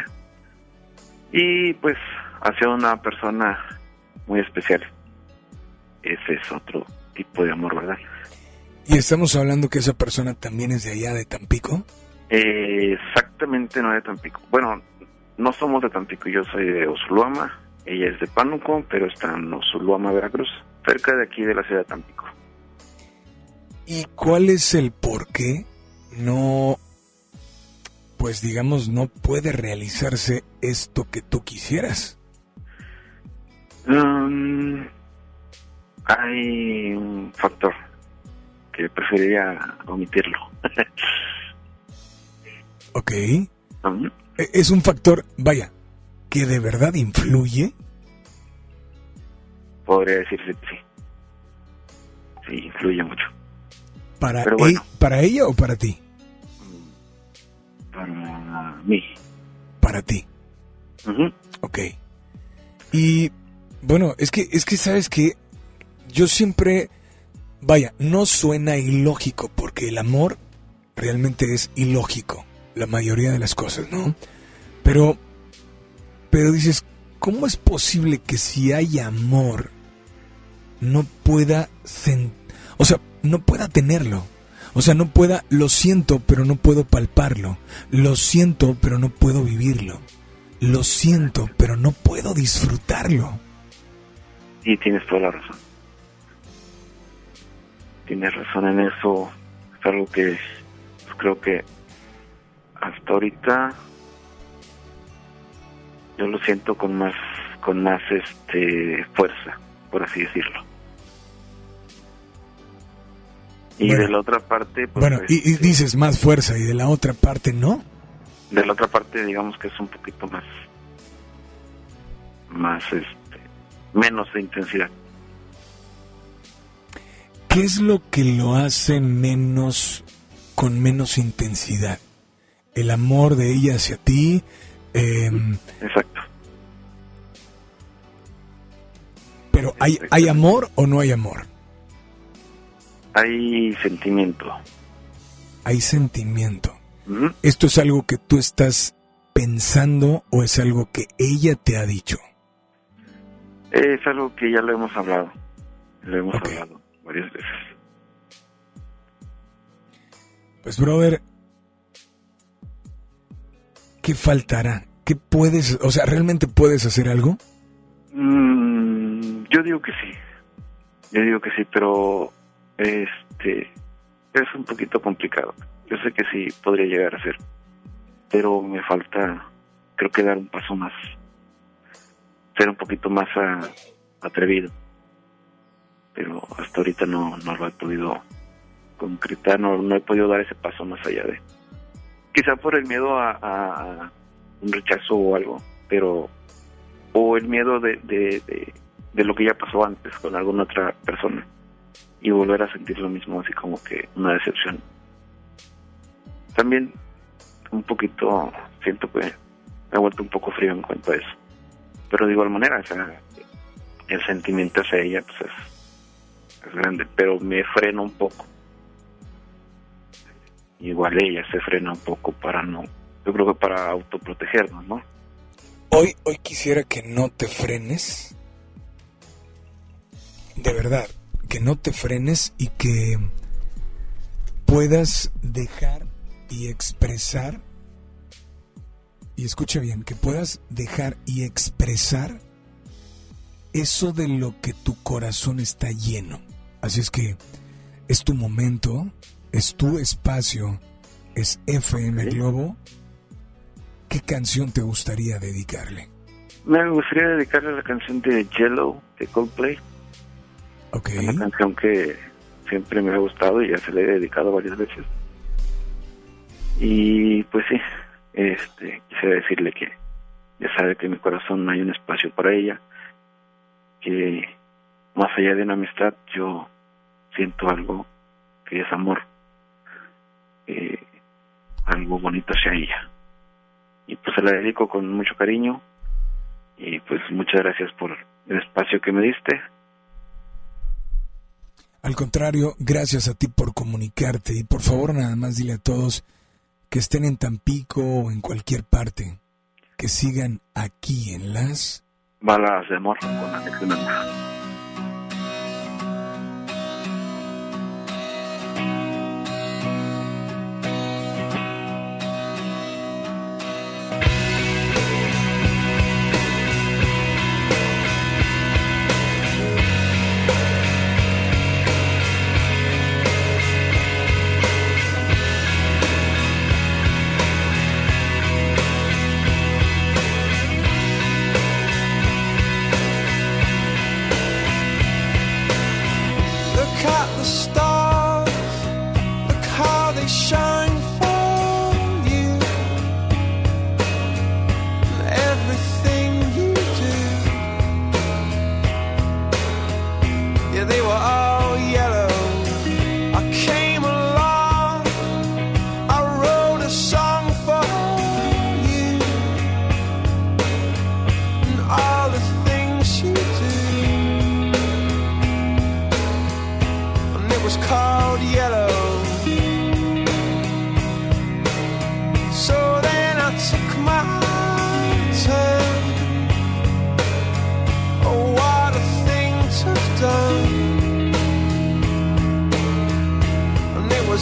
Y pues hacia una persona muy especial. Ese es otro tipo de amor, ¿verdad? ¿Y estamos hablando que esa persona también es de allá, de Tampico? Eh, exactamente, no de Tampico. Bueno, no somos de Tampico, yo soy de Osuluama, ella es de Pánuco, pero está en Osuluama, Veracruz, cerca de aquí de la ciudad de Tampico. ¿Y cuál es el por qué no, pues digamos, no puede realizarse esto que tú quisieras? Um, hay un factor que preferiría omitirlo. Ok. Uh-huh. Es un factor, vaya, que de verdad influye. Podría decirse que sí. Sí, influye mucho. ¿Para, Pero bueno, e- ¿Para ella o para ti? Para mí. Para ti. Uh-huh. Ok. Y bueno, es que, es que sabes que yo siempre, vaya, no suena ilógico, porque el amor realmente es ilógico, la mayoría de las cosas, ¿no? Pero, pero dices, ¿cómo es posible que si hay amor no pueda, sen- o sea, no pueda tenerlo? O sea, no pueda, lo siento, pero no puedo palparlo. Lo siento, pero no puedo vivirlo. Lo siento, pero no puedo disfrutarlo. Y tienes toda la razón. Tienes razón en eso. Es algo que pues, creo que hasta ahorita yo lo siento con más, con más este fuerza, por así decirlo. Y bueno, de la otra parte... Pues, bueno, y, y dices más fuerza, y de la otra parte no. De la otra parte, digamos que es un poquito más... Más, este... menos de intensidad. ¿Qué es lo que lo hace menos... con menos intensidad? ¿El amor de ella hacia ti? Eh, Exacto. Pero ¿hay, ¿hay amor o no hay amor? Hay sentimiento. Hay sentimiento. Uh-huh. ¿Esto es algo que tú estás pensando o es algo que ella te ha dicho? Es algo que ya lo hemos hablado. Lo hemos okay. hablado varias veces. Pues, brother, ¿qué faltará? ¿Qué puedes, o sea, realmente puedes hacer algo? Mm, yo digo que sí. Yo digo que sí, pero este es un poquito complicado. Yo sé que sí podría llegar a ser, pero me falta, creo que dar un paso más, ser un poquito más a, atrevido. Pero hasta ahorita no, no lo he podido concretar, no, no he podido dar ese paso más allá de, quizá por el miedo a, a un rechazo o algo, pero o el miedo de, de, de, de lo que ya pasó antes con alguna otra persona y volver a sentir lo mismo, así como que una decepción. También un poquito siento que me he vuelto un poco frío en cuanto a eso, pero de igual manera, o sea, el sentimiento hacia ella pues es, es grande, pero me frena un poco. Igual ella se frena un poco para no, yo creo que para autoprotegernos, ¿no? Hoy, hoy quisiera que no te frenes, de verdad, que no te frenes y que puedas dejar y expresar, y escucha bien, que puedas dejar y expresar eso de lo que tu corazón está lleno. Así es que es tu momento, es tu espacio, es F M Globo. ¿Qué canción te gustaría dedicarle? Me gustaría dedicarle la canción de Yellow de Coldplay. Okay. Una canción que siempre me ha gustado y ya se le he dedicado varias veces. Y pues sí, este, quisiera decirle que ya sabe que en mi corazón hay un espacio para ella, que más allá de una amistad yo siento algo que es amor, eh, algo bonito hacia ella. Y pues se la dedico con mucho cariño y pues muchas gracias por el espacio que me diste. Al contrario, gracias a ti por comunicarte y por favor nada más dile a todos que estén en Tampico o en cualquier parte, que sigan aquí en las Baladas de Amor con Alex Merla.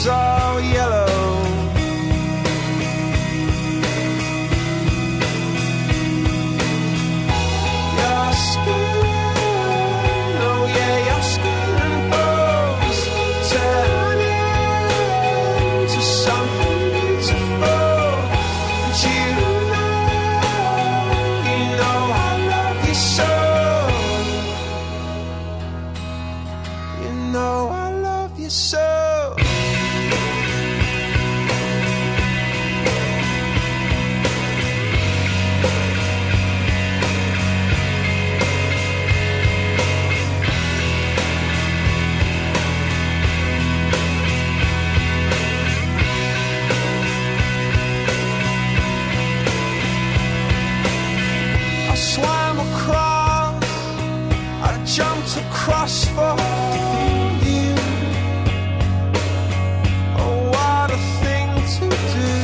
was all yellow. Your skin, oh yeah, your skin and bones turn into something beautiful. And you know, you know I love you so. You know I love you so. I swam across, I jumped across for you. Oh, what a thing to do.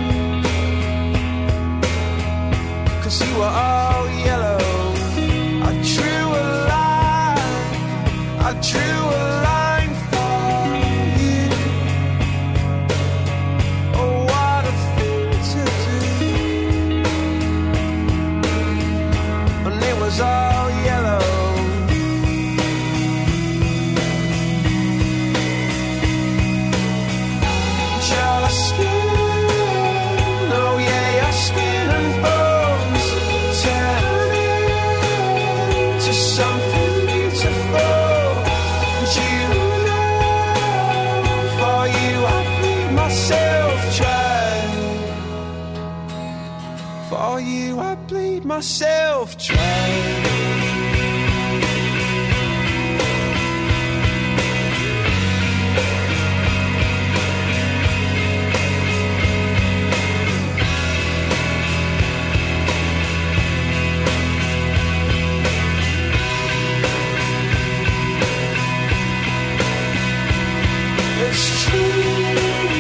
'Cause you were all yellow. I drew a line, I drew a line for you. Oh, what a thing to do. And it was all yellow. Your skin, oh yeah, your skin and bones turn into something beautiful. And you know, for you I bleed myself dry. For you I bleed myself dry. It's true.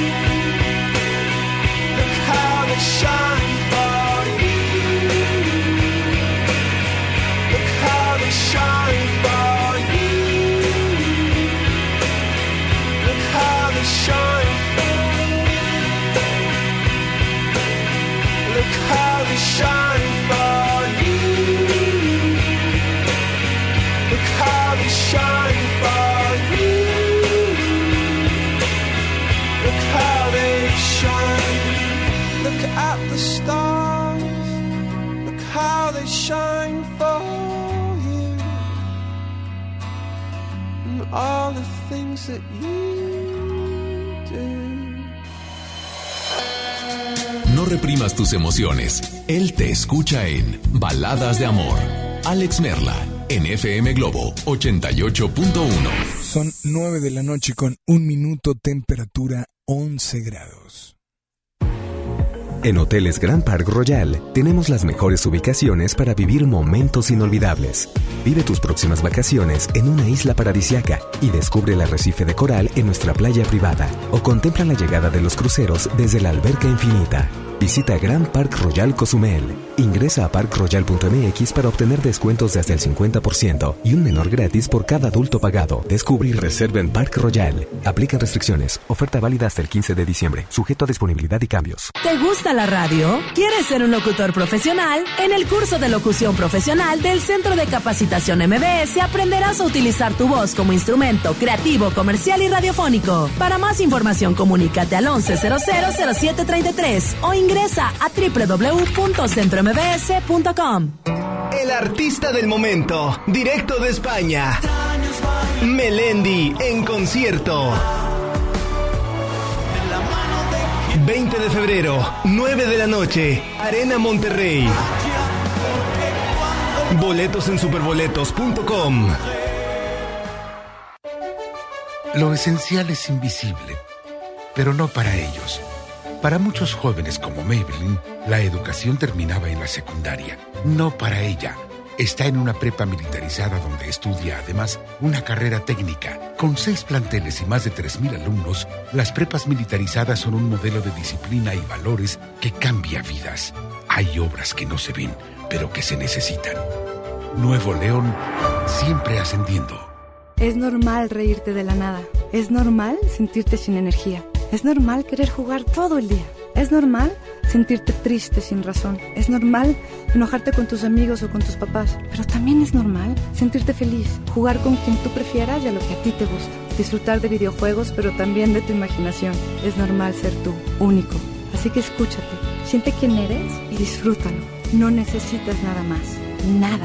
Look how they shine for you. Look how they shine for you. Look how they shine for you. Look how they shine for you. Look how they shine for you. Look how they shine. Look at the stars. Look how they shine for you. And all the things that you do. No reprimas tus emociones. Él te escucha en Baladas de Amor. Alex Merla, en F M Globo ochenta y ocho punto uno. Son nueve de la noche con un minuto, temperatura once grados. En Hoteles Grand Park Royal tenemos las mejores ubicaciones para vivir momentos inolvidables. Vive tus próximas vacaciones en una isla paradisiaca y descubre el arrecife de coral en nuestra playa privada o contempla la llegada de los cruceros desde la alberca infinita. Visita Grand Park Royal Cozumel. Ingresa a park royal punto m x para obtener descuentos de hasta el cincuenta por ciento y un menor gratis por cada adulto pagado. Descubre y reserva en Park Royal. Aplican restricciones. Oferta válida hasta el quince de diciembre. Sujeto a disponibilidad y cambios. ¿Te gusta la radio? ¿Quieres ser un locutor profesional? En el curso de locución profesional del Centro de Capacitación M B S aprenderás a utilizar tu voz como instrumento creativo, comercial y radiofónico. Para más información, comunícate al once cero cero cero siete treinta y tres o ingresa a doble u doble u doble u punto centro m b s punto com. El artista del momento, directo de España. Melendi en concierto. veinte de febrero, nueve de la noche, Arena Monterrey. Boletos en superboletos punto com. Lo esencial es invisible, pero no para ellos. Para muchos jóvenes como Maybelline, la educación terminaba en la secundaria. No para ella. Está en una prepa militarizada donde estudia además una carrera técnica. Con seis planteles y más de tres mil alumnos, las prepas militarizadas son un modelo de disciplina y valores que cambia vidas. Hay obras que no se ven, pero que se necesitan. Nuevo León, siempre ascendiendo. Es normal reírte de la nada. Es normal sentirte sin energía. Es normal querer jugar todo el día. Es normal sentirte triste sin razón. Es normal enojarte con tus amigos o con tus papás. Pero también es normal sentirte feliz, jugar con quien tú prefieras y a lo que a ti te gusta. Disfrutar de videojuegos, pero también de tu imaginación. Es normal ser tú, único. Así que escúchate, siente quién eres y disfrútalo. No necesitas nada más. Nada.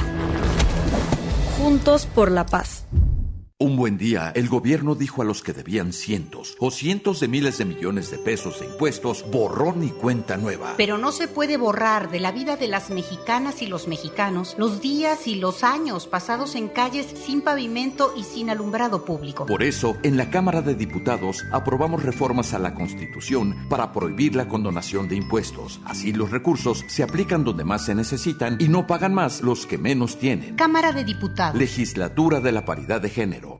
Juntos por la paz. Un buen día, el gobierno dijo a los que debían cientos o cientos de miles de millones de pesos de impuestos, borrón y cuenta nueva. Pero no se puede borrar de la vida de las mexicanas y los mexicanos los días y los años pasados en calles sin pavimento y sin alumbrado público. Por eso, en la Cámara de Diputados aprobamos reformas a la Constitución para prohibir la condonación de impuestos. Así los recursos se aplican donde más se necesitan y no pagan más los que menos tienen. Cámara de Diputados. Legislatura de la Paridad de Género.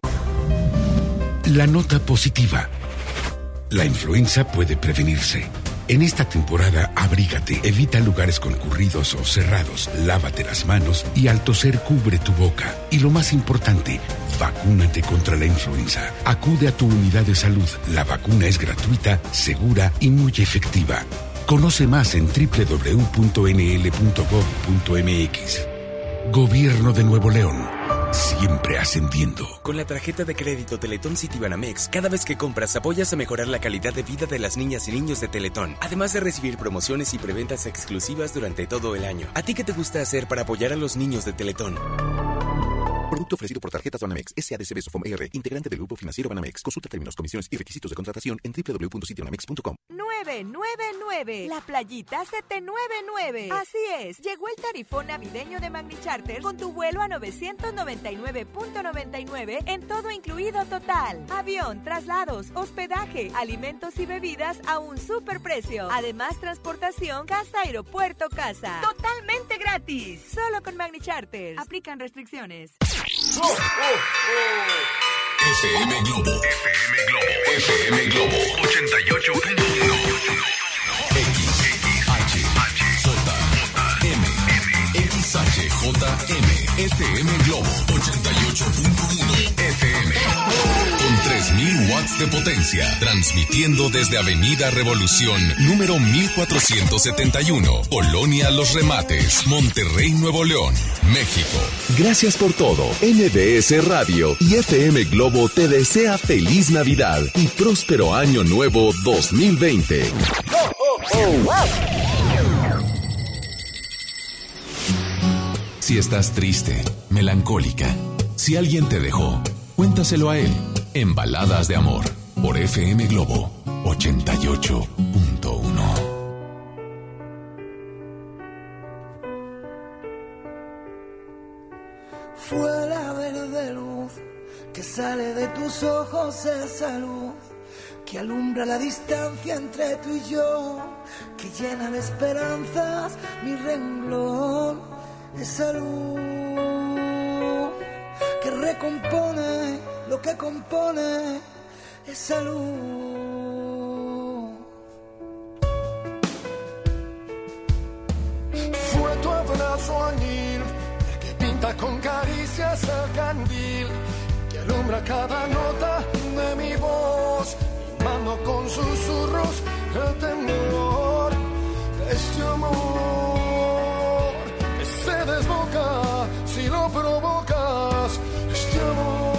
La nota positiva. La influenza puede prevenirse. En esta temporada, abrígate, evita lugares concurridos o cerrados, lávate las manos y al toser cubre tu boca. Y lo más importante, vacúnate contra la influenza. Acude a tu unidad de salud. La vacuna es gratuita, segura y muy efectiva. Conoce más en doble u doble u doble u punto ene ele punto gob punto eme equis. Gobierno de Nuevo León. Siempre ascendiendo. Con la tarjeta de crédito Teletón Citibanamex, cada vez que compras apoyas a mejorar la calidad de vida de las niñas y niños de Teletón, además de recibir promociones y preventas exclusivas durante todo el año. ¿A ti qué te gusta hacer para apoyar a los niños de Teletón? Producto ofrecido por Tarjetas Banamex, S A D C B Sofom E R, integrante del Grupo Financiero Banamex. Consulta términos, comisiones y requisitos de contratación en doble u doble u doble u punto citibanamex punto com. nueve nueve nueve, la playita se te nueve nueve. Así es, llegó el tarifón navideño de Magni Charter con tu vuelo a novecientos noventa y nueve punto noventa y nueve en todo incluido total. Avión, traslados, hospedaje, alimentos y bebidas a un superprecio. Además, transportación casa-aeropuerto-casa. Totalmente gratis. Solo con Magni Charter. Aplican restricciones. F M Globo. F M Globo. F M Globo. ochenta y ocho punto uno. X, H, J, M, X, H, J, M. F M Globo. ochenta y ocho punto uno. F M. Con tres mil watts de potencia. Transmitiendo desde Avenida Revolución, número mil cuatrocientos setenta y uno. Colonia Los Remates, Monterrey, Nuevo León, México. Gracias por todo. N B S Radio y F M Globo te desea feliz Navidad y próspero año nuevo dos mil veinte. Si estás triste, melancólica, si alguien te dejó, cuéntaselo a él en Baladas de Amor por F M Globo ochenta y ocho punto uno. Fue la verde luz que sale de tus ojos, esa luz que alumbra la distancia entre tú y yo, que llena de esperanzas mi renglón, esa luz que recompone lo que compone, esa luz. Fue tu abrazo añil, el que pinta con caricias el candil, que alumbra cada nota de mi voz, mimando con susurros el temor de este amor que se desboca si lo provocas, este amor.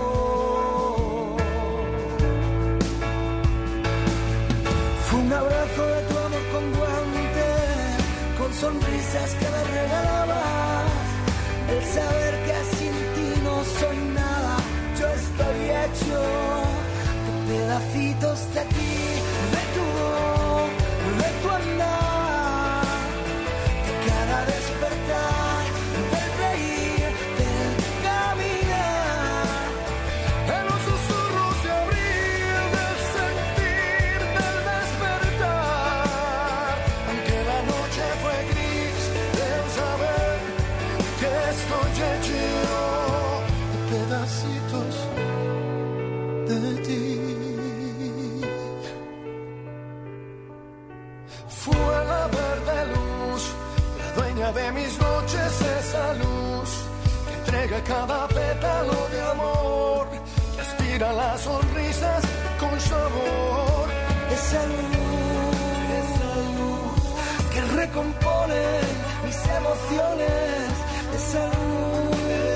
Fue un abrazo de tu amor con guantes, con sonrisas que me regalabas, el saber que sin ti no soy nada, yo estoy hecho de pedacitos de ti, de tu voz, de tu andar, de cada despertar, del reír, del caminar, En los susurros de abril, del sentir, del despertar, aunque la noche fue gris, del saber que estoy hecho de pedacitos de ti. Fue la verde luz, la dueña de mis noches, esa luz que entrega cada pétalo de amor, que aspira inspira las sonrisas con sabor. Esa luz, esa luz que recompone mis emociones. Esa luz,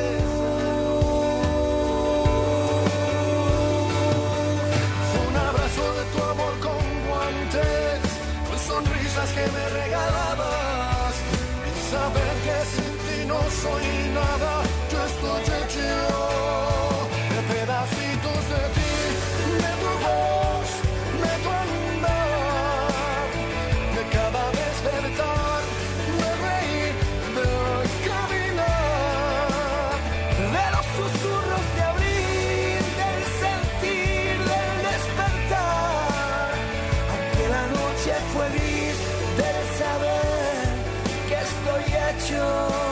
un abrazo de tu amor con guantes, con sonrisas que me regalabas. El saber que sin ti no soy nada, yo estoy hecho de pedacitos de ti, de tu voz, de tu andar, de cada despertar, de reír, de caminar, de los susurros de abril, del sentir, del despertar. Aunque la noche fue gris, del saber que estoy hecho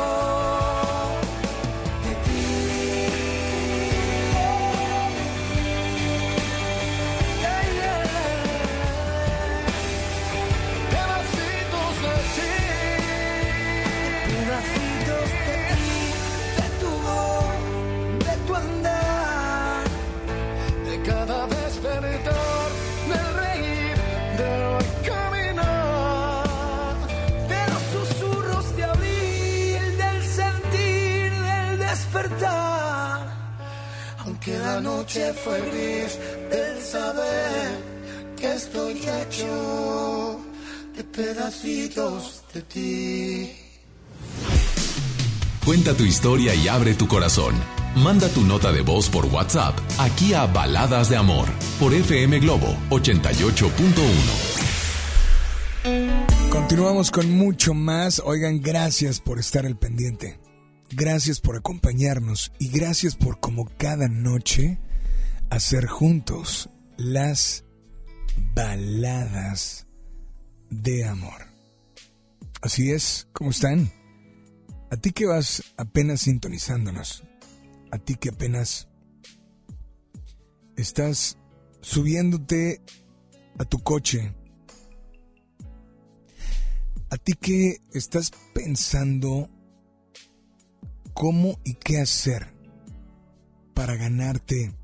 de ti. pedacitos de ti, Pedacitos de ti, de tu voz, de tu andar. de cada despertar, del reír, del caminar. De los susurros de abril, del sentir, del despertar. Aunque la noche fue gris, del saber que estoy hecho de pedacitos de ti. Cuenta tu historia y abre tu corazón. Manda tu nota de voz por WhatsApp aquí a Baladas de Amor por F M Globo ochenta y ocho punto uno. Continuamos con mucho más. Oigan, gracias por estar al pendiente. Gracias por acompañarnos y gracias por, como cada noche, hacer juntos las baladas de amor. Así es, ¿cómo están? A ti que vas apenas sintonizándonos, a ti que apenas estás subiéndote a tu coche, a ti que estás pensando cómo y qué hacer para ganarte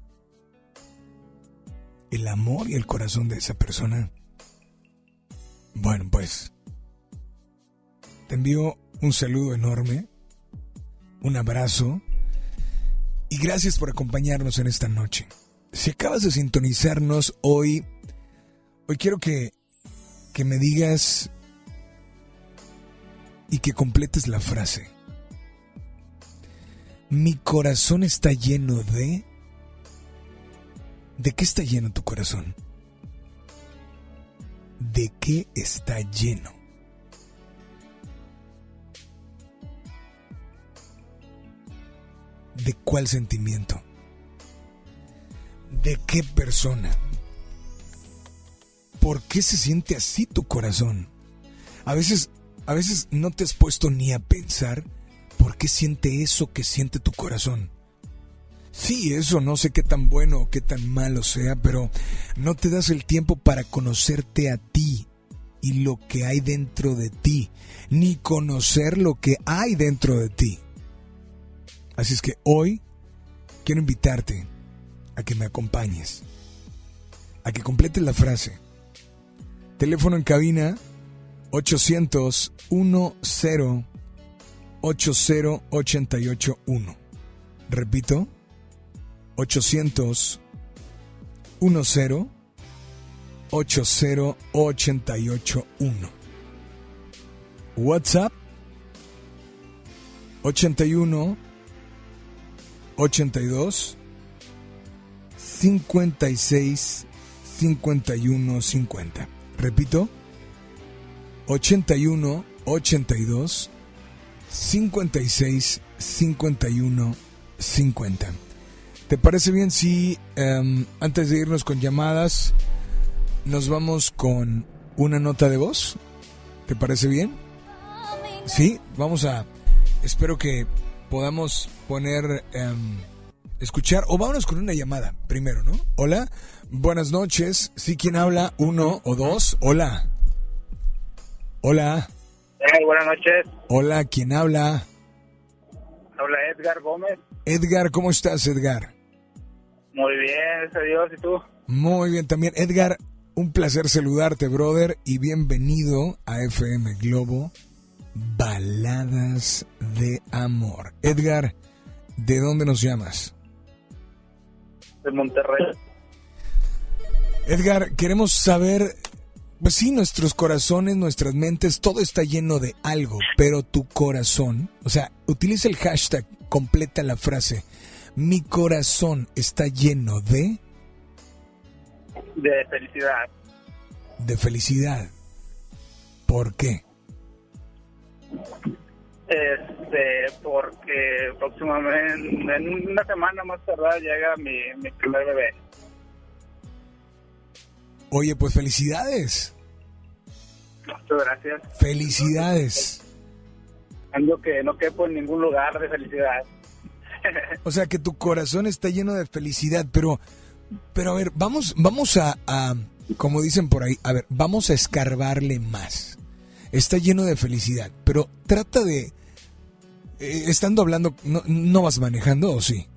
el amor y el corazón de esa persona. Bueno, pues te envío un saludo enorme, un abrazo y gracias por acompañarnos en esta noche. Si acabas de sintonizarnos hoy, hoy quiero que, que me digas y que completes la frase. Mi corazón está lleno de... ¿De qué está lleno tu corazón? ¿De qué está lleno? ¿De cuál sentimiento? ¿De qué persona? ¿Por qué se siente así tu corazón? A veces, a veces no te has puesto ni a pensar por qué siente eso que siente tu corazón. Sí, eso no sé qué tan bueno o qué tan malo sea, pero no te das el tiempo para conocerte a ti y lo que hay dentro de ti, ni conocer lo que hay dentro de ti. Así es que hoy quiero invitarte a que me acompañes, a que completes la frase. Teléfono en cabina ochocientos diez ochenta ochenta y ocho uno. Repito, ochocientos diez ochenta ochenta y ocho uno. WhatsApp ochenta y uno ochenta y dos cincuenta y seis cincuenta y uno cincuenta. Repito, ochenta y uno ochenta y dos cincuenta y seis cincuenta y uno cincuenta. ¿Te parece bien si um, antes de irnos con llamadas nos vamos con una nota de voz? ¿Te parece bien? Sí, vamos a... Espero que podamos poner... Um, escuchar, o vámonos con una llamada primero, ¿no? Hola, buenas noches. ¿Sí, quién habla? ¿Uno o dos? Hola. Hola. Hey, buenas noches. Hola, ¿quién habla? Habla Edgar Gómez. Edgar, ¿cómo estás, Edgar? Muy bien, gracias a Dios. ¿Y tú? Muy bien también. Edgar, un placer saludarte, brother, y bienvenido a F M Globo, Baladas de Amor. Edgar, ¿de dónde nos llamas? De Monterrey. Edgar, queremos saber, pues sí, nuestros corazones, nuestras mentes, todo está lleno de algo, pero tu corazón, o sea, utiliza el hashtag, completa la frase, mi corazón está lleno de... De felicidad. De felicidad. ¿Por qué? Este, porque próximamente, en una semana más tardar, llega mi, mi primer bebé. Oye, pues felicidades. Muchas gracias. Felicidades. Ando que no quepo en ningún lugar de felicidad. O sea, que tu corazón está lleno de felicidad, pero, pero a ver, vamos, vamos a, a, como dicen por ahí, a ver, vamos a escarbarle más. Está lleno de felicidad, pero trata de, eh, estando hablando, ¿no, no vas manejando o sí?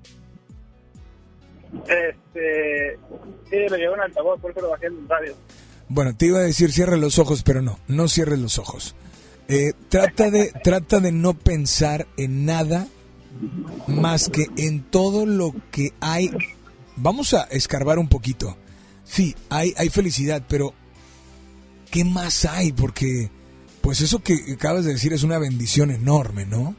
Este, sí, lo llevo en altavoz, por eso lo bajé en el radio. Bueno, te iba a decir cierra los ojos, pero no, no cierres los ojos. Eh, trata de, trata de no pensar en nada más que en todo lo que hay. Vamos a escarbar un poquito. Sí, hay, hay felicidad, pero ¿qué más hay? Porque, pues eso que acabas de decir es una bendición enorme, ¿no?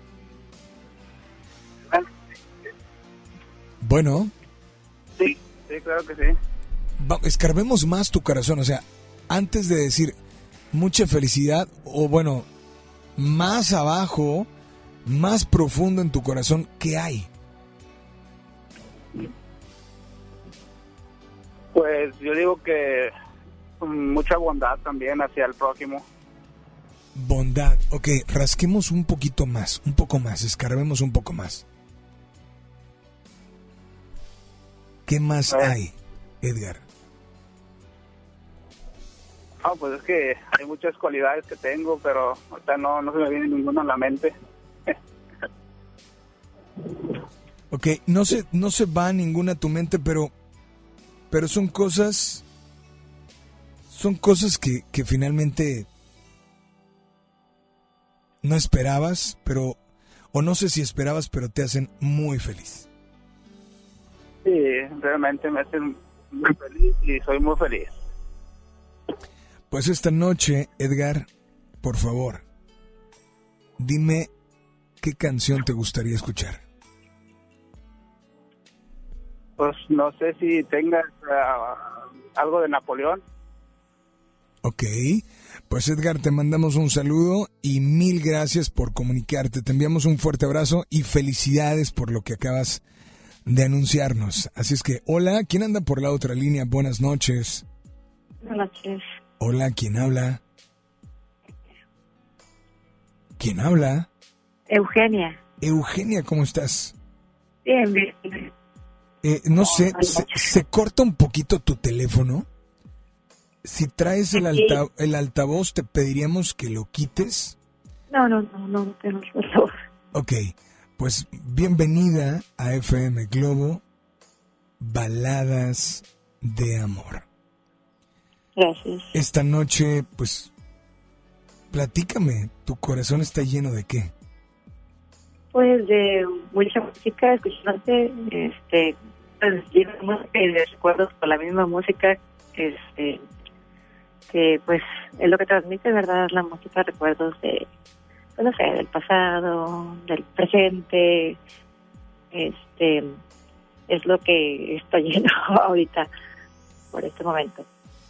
Bueno. Sí, sí, claro que sí. Va, escarbemos más tu corazón, o sea, antes de decir mucha felicidad, o bueno, más abajo, más profundo en tu corazón, ¿qué hay? Pues yo digo que mucha bondad también hacia el prójimo. Bondad, ok, rasquemos un poquito más, un poco más, escarbemos un poco más. ¿Qué más hay, Edgar? Ah, pues es que hay muchas cualidades que tengo, pero ahorita no, no se me viene ninguna a la mente. Ok, no se, no se va ninguna a tu mente, pero, pero son cosas, son cosas que, que finalmente no esperabas, pero, o no sé si esperabas, pero te hacen muy feliz. Sí, realmente me hacen muy feliz y soy muy feliz. Pues esta noche, Edgar, por favor, dime qué canción te gustaría escuchar. Pues no sé si tengas uh, algo de Napoleón. Ok, pues Edgar, te mandamos un saludo y mil gracias por comunicarte. Te enviamos un fuerte abrazo y felicidades por lo que acabas de anunciarnos. Así es que, hola, ¿quién anda por la otra línea? Buenas noches. Buenas noches. Hola, ¿quién habla? ¿Quién habla? Eugenia. Eugenia, ¿cómo estás? Bien, bien. Eh, no sé, se, se corta un poquito tu teléfono. Si traes el, alta, el altavoz, te pediríamos que lo quites. No, no, no, no, no tengo por favor. Ok, pues bienvenida a F M Globo, Baladas de Amor. Gracias. Esta noche, pues, platícame, ¿tu corazón está lleno de qué? Pues de mucha música, escuchándote, este, pues lleno de música y de recuerdos por la misma música, este, que pues es lo que transmite, ¿verdad? La música, recuerdos de, pues, no sé, del pasado, del presente, este, es lo que está lleno ahorita, por este momento.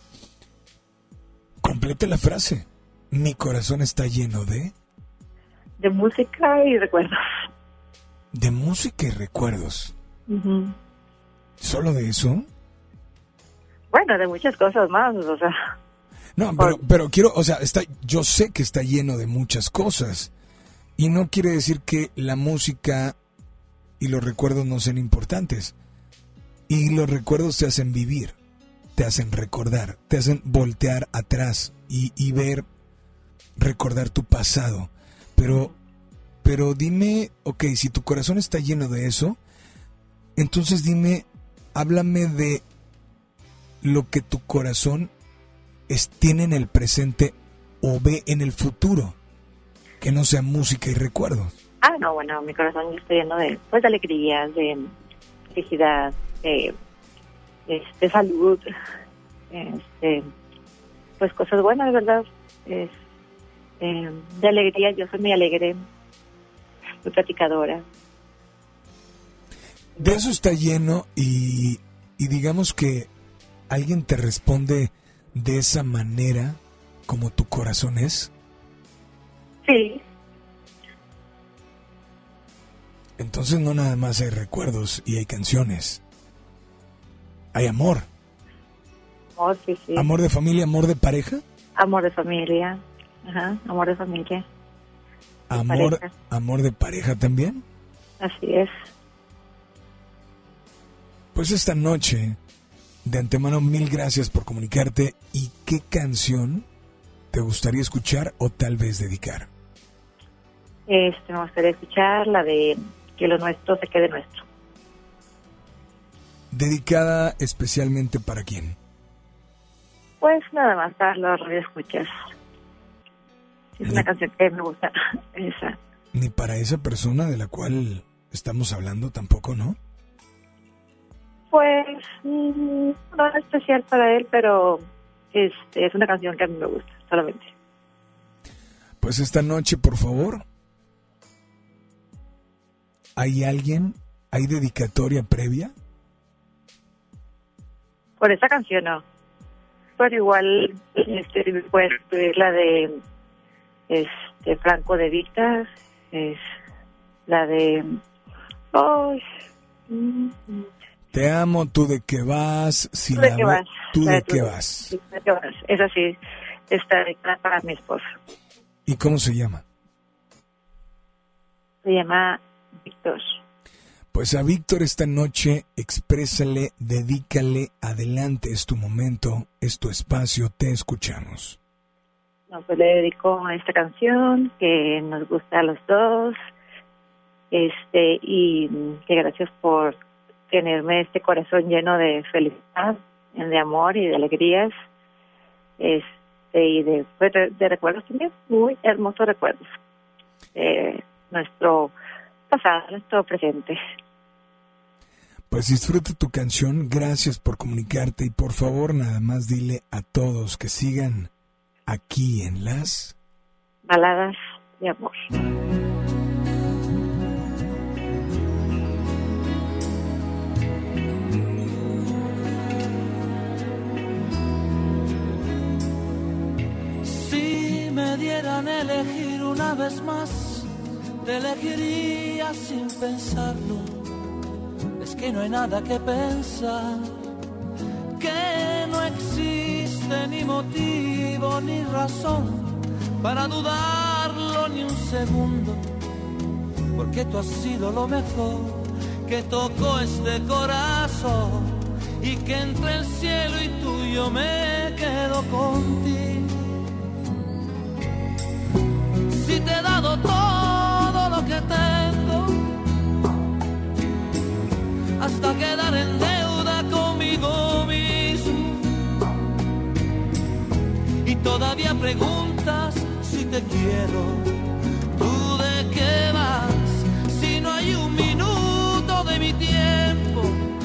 Complete la frase. Mi corazón está lleno de... De música y recuerdos. De música y recuerdos. Uh-huh. ¿Solo de eso? Bueno, de muchas cosas más, o sea... No, pero, pero quiero, o sea, está, yo sé que está lleno de muchas cosas. Y no quiere decir que la música y los recuerdos no sean importantes. Y los recuerdos te hacen vivir, te hacen recordar, te hacen voltear atrás y, y ver, recordar tu pasado. Pero, pero dime, ok, si tu corazón está lleno de eso, entonces dime, háblame de lo que tu corazón es, tiene en el presente o ve en el futuro, que no sea música y recuerdos. Ah, no, bueno, mi corazón está lleno de, pues, de alegría, de felicidad, de, de, de salud, este, pues cosas buenas, ¿verdad? Es, eh, de alegría, yo soy muy alegre, muy platicadora. De eso está lleno y, y digamos que alguien te responde de esa manera como tu corazón es. Sí. Entonces no nada más hay recuerdos y hay canciones. Hay amor. Amor, sí, sí. ¿Amor de familia, amor de pareja? Amor de familia. Ajá, amor de familia. De Amor, pareja. amor de pareja también. Así es. Pues esta noche, de antemano, mil gracias por comunicarte. ¿Y qué canción te gustaría escuchar o tal vez dedicar? Este, me gustaría escuchar la de Que lo nuestro se quede nuestro. ¿Dedicada especialmente para quién? Pues nada más para los radioescuchas. Es una canción que me gusta. Esa. Ni para esa persona de la cual estamos hablando tampoco, ¿no? Pues mm, no es especial para él, pero este, es una canción que a mí me gusta, solamente. Pues esta noche, por favor, ¿hay alguien? ¿Hay dedicatoria previa? Por esa canción no. Pero igual, este, pues, la de este Franco de Vita, es la de... Oh, mm, Te amo, tú de qué vas, si ¿Tú de la qué ve- vas? tú La de de qué tú. vas. Sí, ¿de qué vas? Esa sí está dedicada para mi esposo. ¿Y cómo se llama? Se llama Víctor. Pues a Víctor esta noche exprésale, dedícale, adelante, es tu momento, es tu espacio, te escuchamos. No, pues le dedico a esta canción que nos gusta a los dos, este y que gracias por tenerme este corazón lleno de felicidad, de amor y de alegrías, este y de, pues, de, de recuerdos también, muy hermosos recuerdos de nuestro pasado, nuestro presente. Pues disfruta tu canción, gracias por comunicarte y por favor nada más dile a todos que sigan aquí en las Baladas de amor. Si me dieran elegir una vez más, te elegiría sin pensarlo. Es que no hay nada que pensar, que no existe ni motivo ni razón para dudarlo ni un segundo, porque tú has sido lo mejor que tocó este corazón y que entre el cielo y tú yo me quedo contigo. Si te he dado todo lo que tengo, hasta quedar en deuda conmigo mismo, y todavía preguntas si te quiero, ¿tú de qué vas? Si no hay un minuto de mi tiempo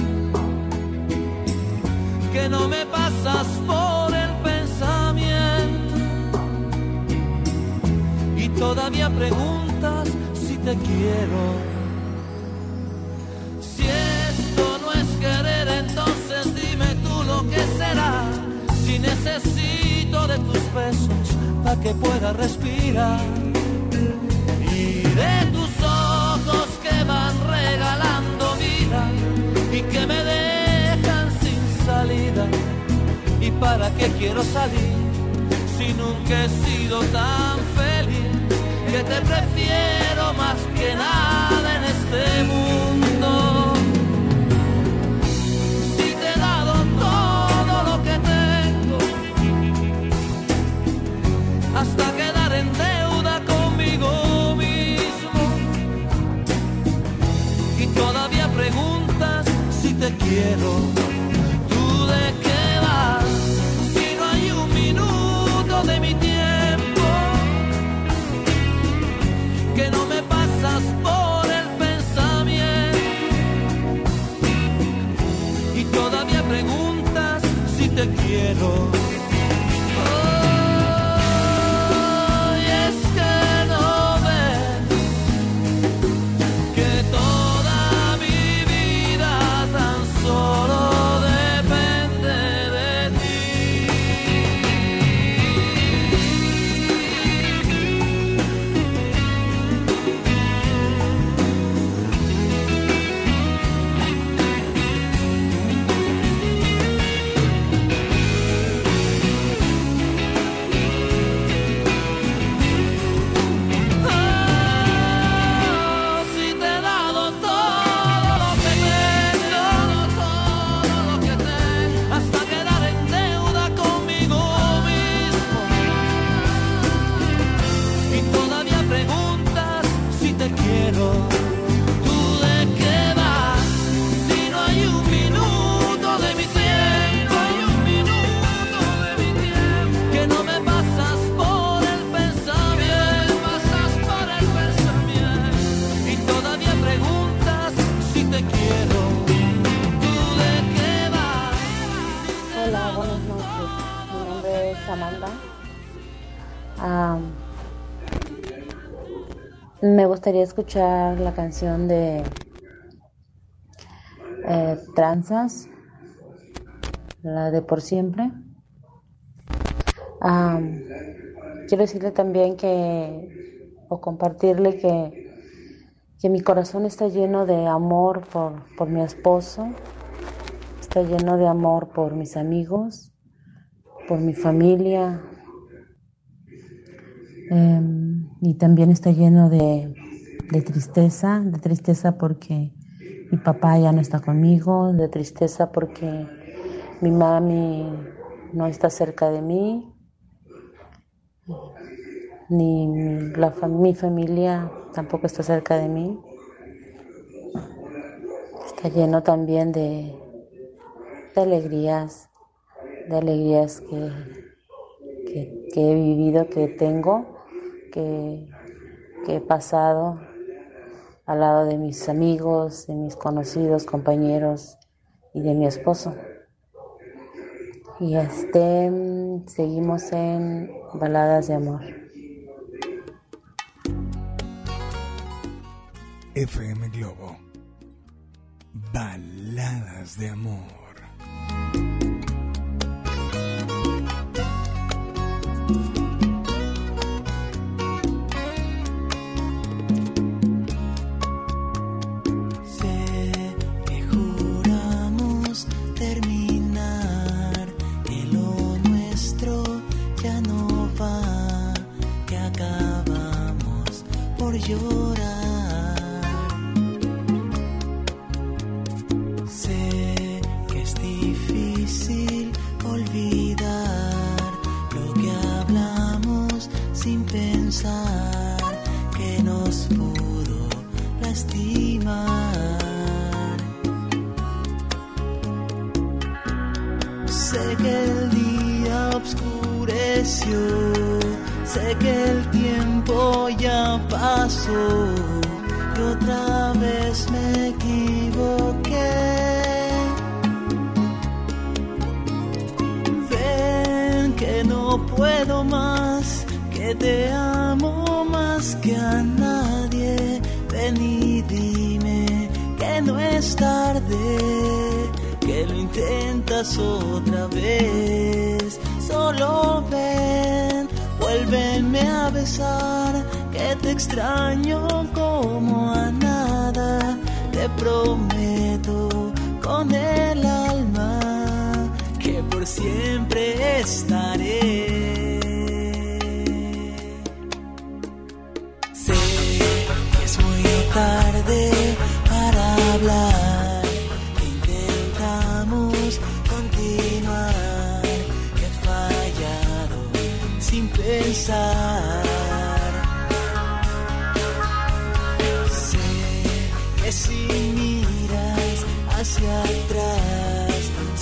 que no me pasas por el pensamiento, y todavía preguntas si te quiero. Si esto no es querer, entonces dime tú lo que será. Si necesito de tus besos para que pueda respirar, y de tus ojos que van regalando vida y que me dejan sin salida. ¿Y para qué quiero salir si nunca he sido tan feliz? Que te prefiero más que nada en este mundo. Si te he dado todo lo que tengo, hasta quedar en deuda conmigo mismo, y todavía preguntas si te quiero. ¿Tú de qué vas? Si no hay un minuto de mi tiempo que no me pasas por el pensamiento y todavía preguntas si te quiero. Me gustaría escuchar la canción de eh, Tranzas, la de Por Siempre. Um, quiero decirle también que, o compartirle que, que mi corazón está lleno de amor por, por mi esposo, está lleno de amor por mis amigos, por mi familia. Eh, y también está lleno de, de tristeza, de tristeza porque mi papá ya no está conmigo, de tristeza porque mi mami no está cerca de mí, ni mi, la, mi familia tampoco está cerca de mí. Está lleno también de, de alegrías, de alegrías que, que, que he vivido, que tengo. Que, que he pasado al lado de mis amigos, de mis conocidos, compañeros y de mi esposo. Y este, seguimos en Baladas de Amor. F M Globo. Baladas de Amor. Llorar. Sé que es difícil olvidar lo que hablamos sin pensar que nos pudo lastimar. Sé que el día oscureció, sé que el tiempo ya pasó y otra vez me equivoqué. Ven que no puedo más, que te amo más que a nadie. Ven y dime que no es tarde, que lo intentas otra vez. Solo ven, vuélveme a besar, que te extraño como a nada. Te prometo con el alma que por siempre estaré. Sé que es muy tarde para hablar, intentamos continuar, que he fallado sin pensar. Sé que si miras hacia atrás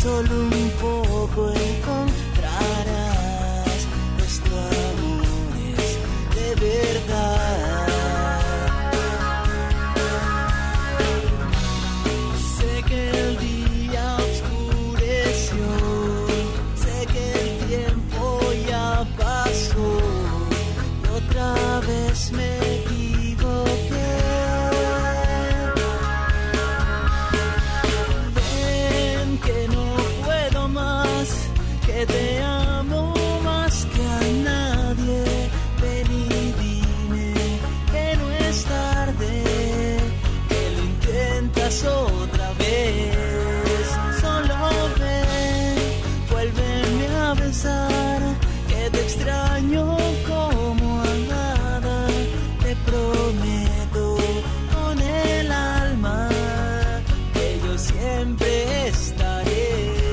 solo un poco encontrarás. Nuestro amor es de verdad. Sé que el día oscureció, sé que el tiempo ya pasó y otra vez me equivoqué. Ven que no puedo más, que te amo más que a nadie. Ven y dime que no es tarde, que lo intentas otra vez. Solo ven, vuélveme a besar, que te extraño como a nada. Te prometo con el alma que yo siempre estaré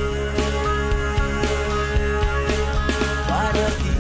para ti.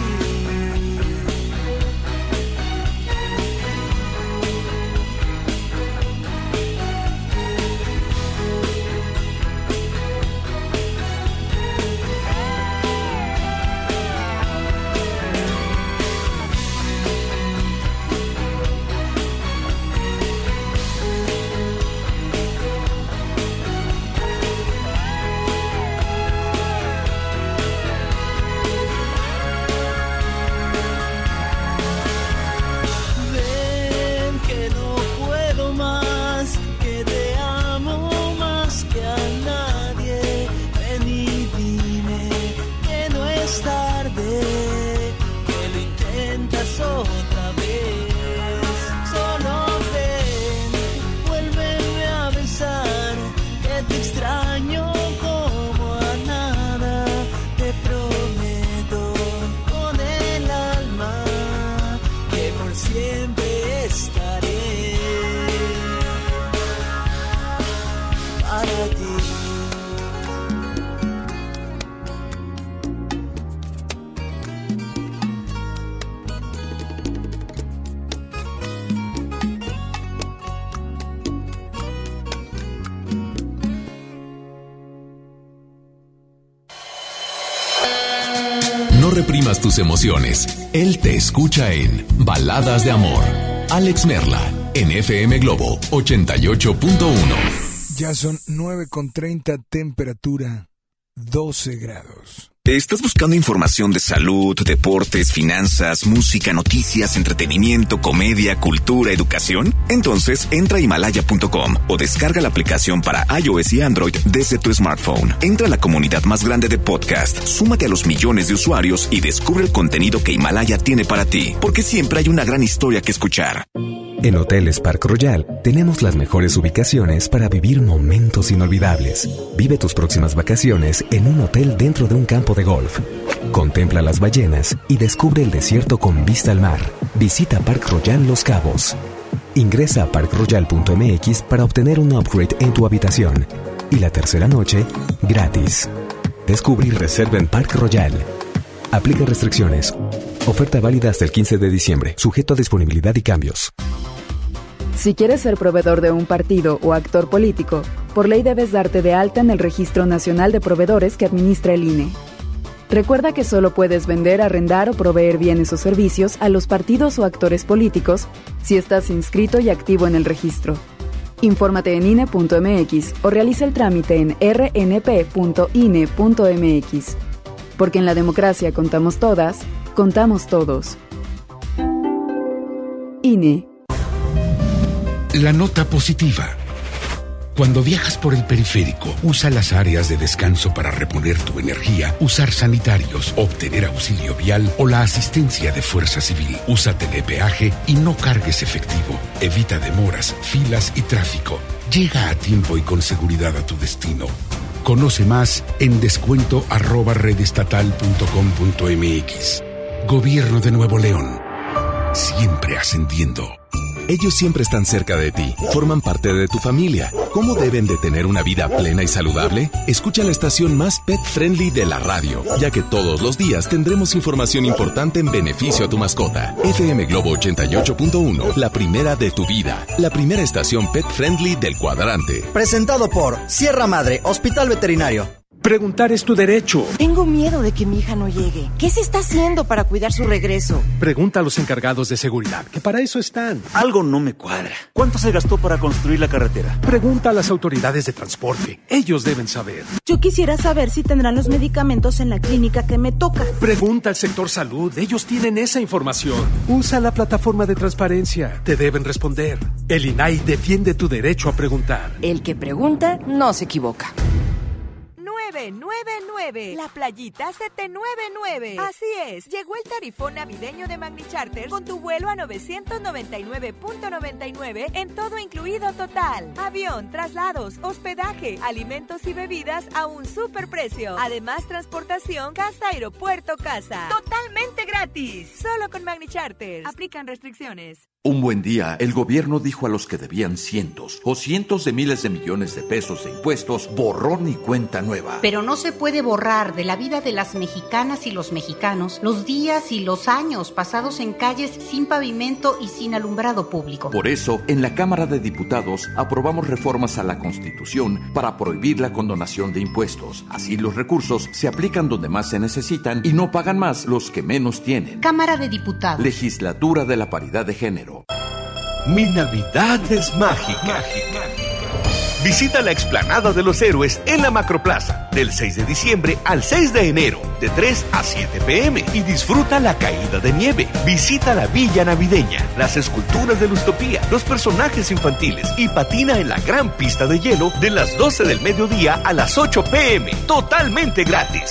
Ven que no puedo más, que te amo más que a nadie. Ven y dime que no es tarde, que lo intentas otra vez. Solo ven, vuélveme a besar, que te extraño como a nada. Te prometo con el alma que por siempre estaré para ti. No reprimas tus emociones. Él te escucha en Baladas de Amor. Alex Merla, en F M Globo ochenta y ocho punto uno. Ya son nueve con treinta, temperatura doce grados. ¿Estás buscando información de salud, deportes, finanzas, música, noticias, entretenimiento, comedia, cultura, educación? Entonces entra a Himalaya punto com o descarga la aplicación para iOS y Android desde tu smartphone. Entra a la comunidad más grande de podcast, súmate a los millones de usuarios y descubre el contenido que Himalaya tiene para ti, porque siempre hay una gran historia que escuchar. En Hoteles Park Royal tenemos las mejores ubicaciones para vivir momentos inolvidables. Vive tus próximas vacaciones en un hotel dentro de un campo de golf. Contempla las ballenas y descubre el desierto con vista al mar. Visita Park Royal Los Cabos. Ingresa a park royal punto m x para obtener un upgrade en tu habitación. Y la tercera noche, gratis. Descubre y reserva en Park Royal. Aplica restricciones. Oferta válida hasta el quince de diciembre, sujeto a disponibilidad y cambios. Si quieres ser proveedor de un partido o actor político, por ley debes darte de alta en el Registro Nacional de Proveedores que administra el I N E. Recuerda que solo puedes vender, arrendar o proveer bienes o servicios a los partidos o actores políticos si estás inscrito y activo en el registro. Infórmate en I N E punto m x o realiza el trámite en r n p punto i n e punto m x. Porque en la democracia contamos todas, contamos todos. I N E. La nota positiva. Cuando viajas por el periférico, usa las áreas de descanso para reponer tu energía, usar sanitarios, obtener auxilio vial o la asistencia de Fuerza Civil. Usa telepeaje y no cargues efectivo. Evita demoras, filas y tráfico. Llega a tiempo y con seguridad a tu destino. Conoce más en descuento arroba redestatal punto com punto m x. Gobierno de Nuevo León. Siempre ascendiendo. Ellos siempre están cerca de ti, forman parte de tu familia. ¿Cómo deben de tener una vida plena y saludable? Escucha la estación más pet friendly de la radio, ya que todos los días tendremos información importante en beneficio a tu mascota. F M Globo ochenta y ocho punto uno, la primera de tu vida, la primera estación pet friendly del cuadrante. Presentado por Sierra Madre, Hospital Veterinario. Preguntar es tu derecho. Tengo miedo de que mi hija no llegue. ¿Qué se está haciendo para cuidar su regreso? Pregunta a los encargados de seguridad, que para eso están. Algo no me cuadra. ¿Cuánto se gastó para construir la carretera? Pregunta a las autoridades de transporte. Ellos deben saber. Yo quisiera saber si tendrán los medicamentos en la clínica que me toca. Pregunta al sector salud. Ellos tienen esa información. Usa la plataforma de transparencia. Te deben responder. El I N A I defiende tu derecho a preguntar. El que pregunta no se equivoca. nueve nueve nueve, la playita se te nueve nueve. Así es, llegó el tarifón navideño de Magni Charter con tu vuelo a novecientos noventa y nueve punto noventa y nueve en todo incluido total. Avión, traslados, hospedaje, alimentos y bebidas a un superprecio. Además, transportación casa-aeropuerto-casa. Totalmente gratis. Solo con Magni Charter. Aplican restricciones. Un buen día, el gobierno dijo a los que debían cientos o cientos de miles de millones de pesos de impuestos, borrón y cuenta nueva. Pero no se puede borrar de la vida de las mexicanas y los mexicanos los días y los años pasados en calles sin pavimento y sin alumbrado público. Por eso, en la Cámara de Diputados aprobamos reformas a la Constitución para prohibir la condonación de impuestos. Así los recursos se aplican donde más se necesitan y no pagan más los que menos tienen. Cámara de Diputados. Legislatura de la Paridad de Género. Mi Navidad es mágica. Visita la explanada de los héroes en la Macroplaza del seis de diciembre al seis de enero de tres a siete pe eme y disfruta la caída de nieve. Visita la Villa Navideña, las esculturas de Lustopía, los personajes infantiles y patina en la gran pista de hielo de las doce del mediodía a las ocho pe eme, totalmente gratis.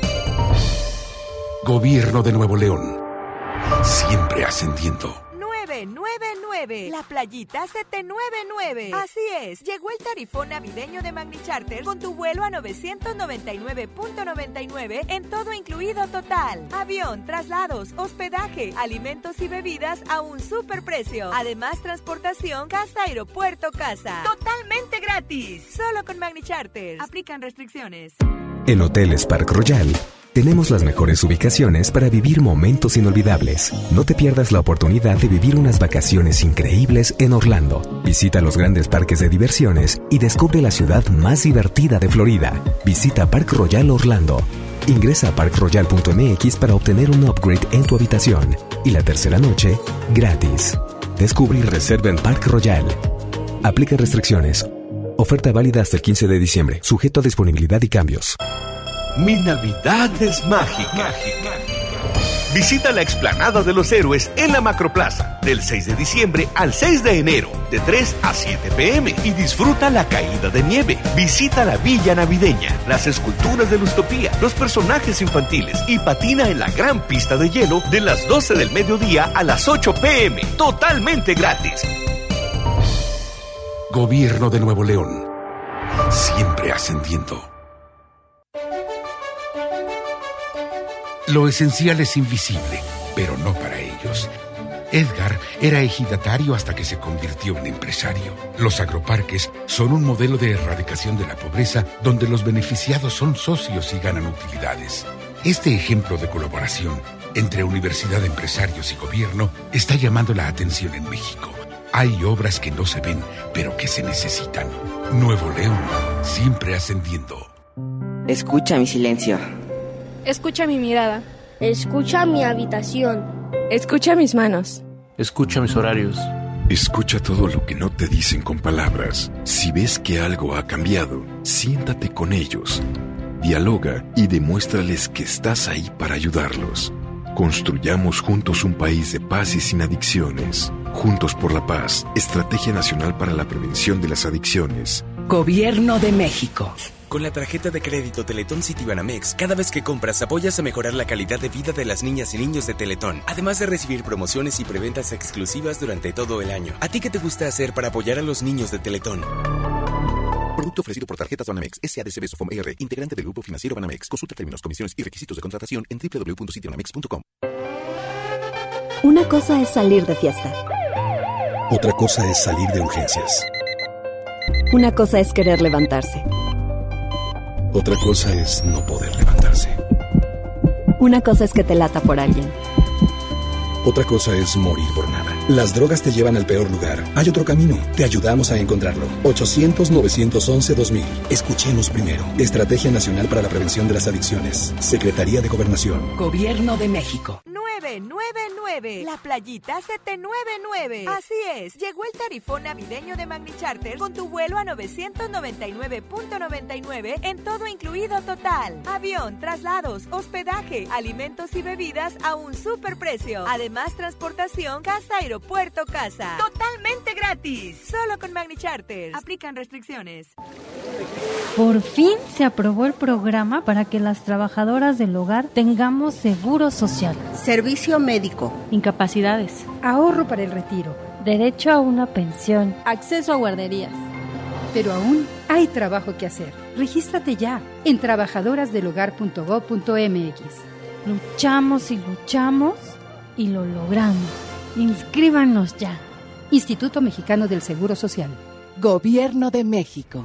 Gobierno de Nuevo León, siempre ascendiendo. nueve nueve nueve, la playita se te nueve nueve. Así es, llegó el tarifón navideño de Magni Charter con tu vuelo a novecientos noventa y nueve punto noventa y nueve en todo incluido total. Avión, traslados, hospedaje, alimentos y bebidas a un superprecio. Además, transportación casa-aeropuerto-casa. Totalmente gratis. Solo con Magni Charter. Aplican restricciones. En Hoteles Park Royal tenemos las mejores ubicaciones para vivir momentos inolvidables. No te pierdas la oportunidad de vivir unas vacaciones increíbles en Orlando. Visita los grandes parques de diversiones y descubre la ciudad más divertida de Florida. Visita Park Royal Orlando. Ingresa a park royal punto eme equis para obtener un upgrade en tu habitación. Y la tercera noche, gratis. Descubre y reserva en Park Royal. Aplica restricciones. Oferta válida hasta el quince de diciembre. Sujeto a disponibilidad y cambios. Mi Navidad es mágica. Visita la explanada de los héroes en la Macroplaza del seis de diciembre al seis de enero de tres a siete pe eme y disfruta la caída de nieve. Visita la Villa Navideña, las esculturas de Lustopía, los personajes infantiles y patina en la gran pista de hielo de las doce del mediodía a las ocho pe eme, totalmente gratis. Gobierno de Nuevo León, siempre ascendiendo. Lo esencial es invisible, pero no para ellos. Edgar era ejidatario hasta que se convirtió en empresario. Los agroparques son un modelo de erradicación de la pobreza donde los beneficiados son socios y ganan utilidades. Este ejemplo de colaboración entre universidad, empresarios y gobierno está llamando la atención en México. Hay obras que no se ven, pero que se necesitan. Nuevo León, siempre ascendiendo. Escucha mi silencio. Escucha mi mirada. Escucha mi habitación. Escucha mis manos. Escucha mis horarios. Escucha todo lo que no te dicen con palabras. Si ves que algo ha cambiado, siéntate con ellos. Dialoga y demuéstrales que estás ahí para ayudarlos. Construyamos juntos un país de paz y sin adicciones. Juntos por la Paz, Estrategia Nacional para la Prevención de las Adicciones. Gobierno de México. Con la tarjeta de crédito Teletón Citibanamex, cada vez que compras apoyas a mejorar la calidad de vida de las niñas y niños de Teletón, además de recibir promociones y preventas exclusivas durante todo el año. ¿A ti qué te gusta hacer para apoyar a los niños de Teletón? Producto ofrecido por Tarjetas Banamex, S A D C B Sofom R, integrante del Grupo Financiero Banamex. Consulta términos, comisiones y requisitos de contratación en doble u doble u doble u punto citibanamex punto com. Una cosa es salir de fiesta. Otra cosa es salir de urgencias. Una cosa es querer levantarse. Otra cosa es no poder levantarse. Una cosa es que te lata por alguien. Otra cosa es morir por nada. Las drogas te llevan al peor lugar. Hay otro camino. Te ayudamos a encontrarlo. ochocientos, novecientos once, dos mil. Escuchemos primero. Estrategia Nacional para la Prevención de las Adicciones. Secretaría de Gobernación. Gobierno de México. nueve nueve nueve, la playita setecientos noventa y nueve. Así es, llegó el tarifón navideño de Magni Charter con tu vuelo a novecientos noventa y nueve punto noventa y nueve en todo incluido total. Avión, traslados, hospedaje, alimentos y bebidas a un superprecio. Además, transportación casa-aeropuerto-casa. Totalmente gratis. Solo con Magni Charter. Aplican restricciones. Por fin se aprobó el programa para que las trabajadoras del hogar tengamos seguro social, servicio médico, incapacidades, ahorro para el retiro, derecho a una pensión, acceso a guarderías. Pero aún hay trabajo que hacer. Regístrate ya en trabajadoras del hogar punto gob punto eme equis. Luchamos y luchamos y lo logramos. Inscríbanos ya. Instituto Mexicano del Seguro Social. Gobierno de México.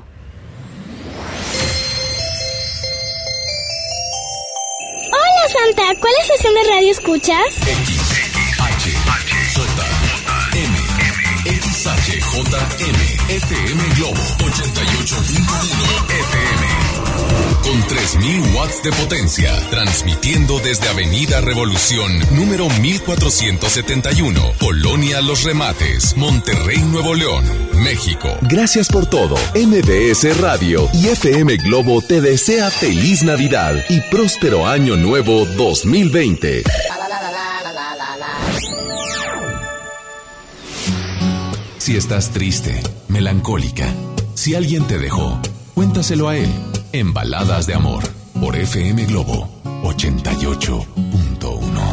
Hola Santa, ¿cuál estación de radio escuchas? X H J M X H J M F M Globo ochenta y ocho punto uno F M. Con tres mil watts de potencia, transmitiendo desde Avenida Revolución, número mil cuatrocientos setenta y uno, Colonia Los Remates, Monterrey, Nuevo León, México. Gracias por todo. M B S Radio y F M Globo te desea feliz Navidad y próspero año nuevo dos mil veinte. Si estás triste, melancólica, si alguien te dejó, cuéntaselo a él. En Baladas de Amor, por F M Globo ochenta y ocho punto uno.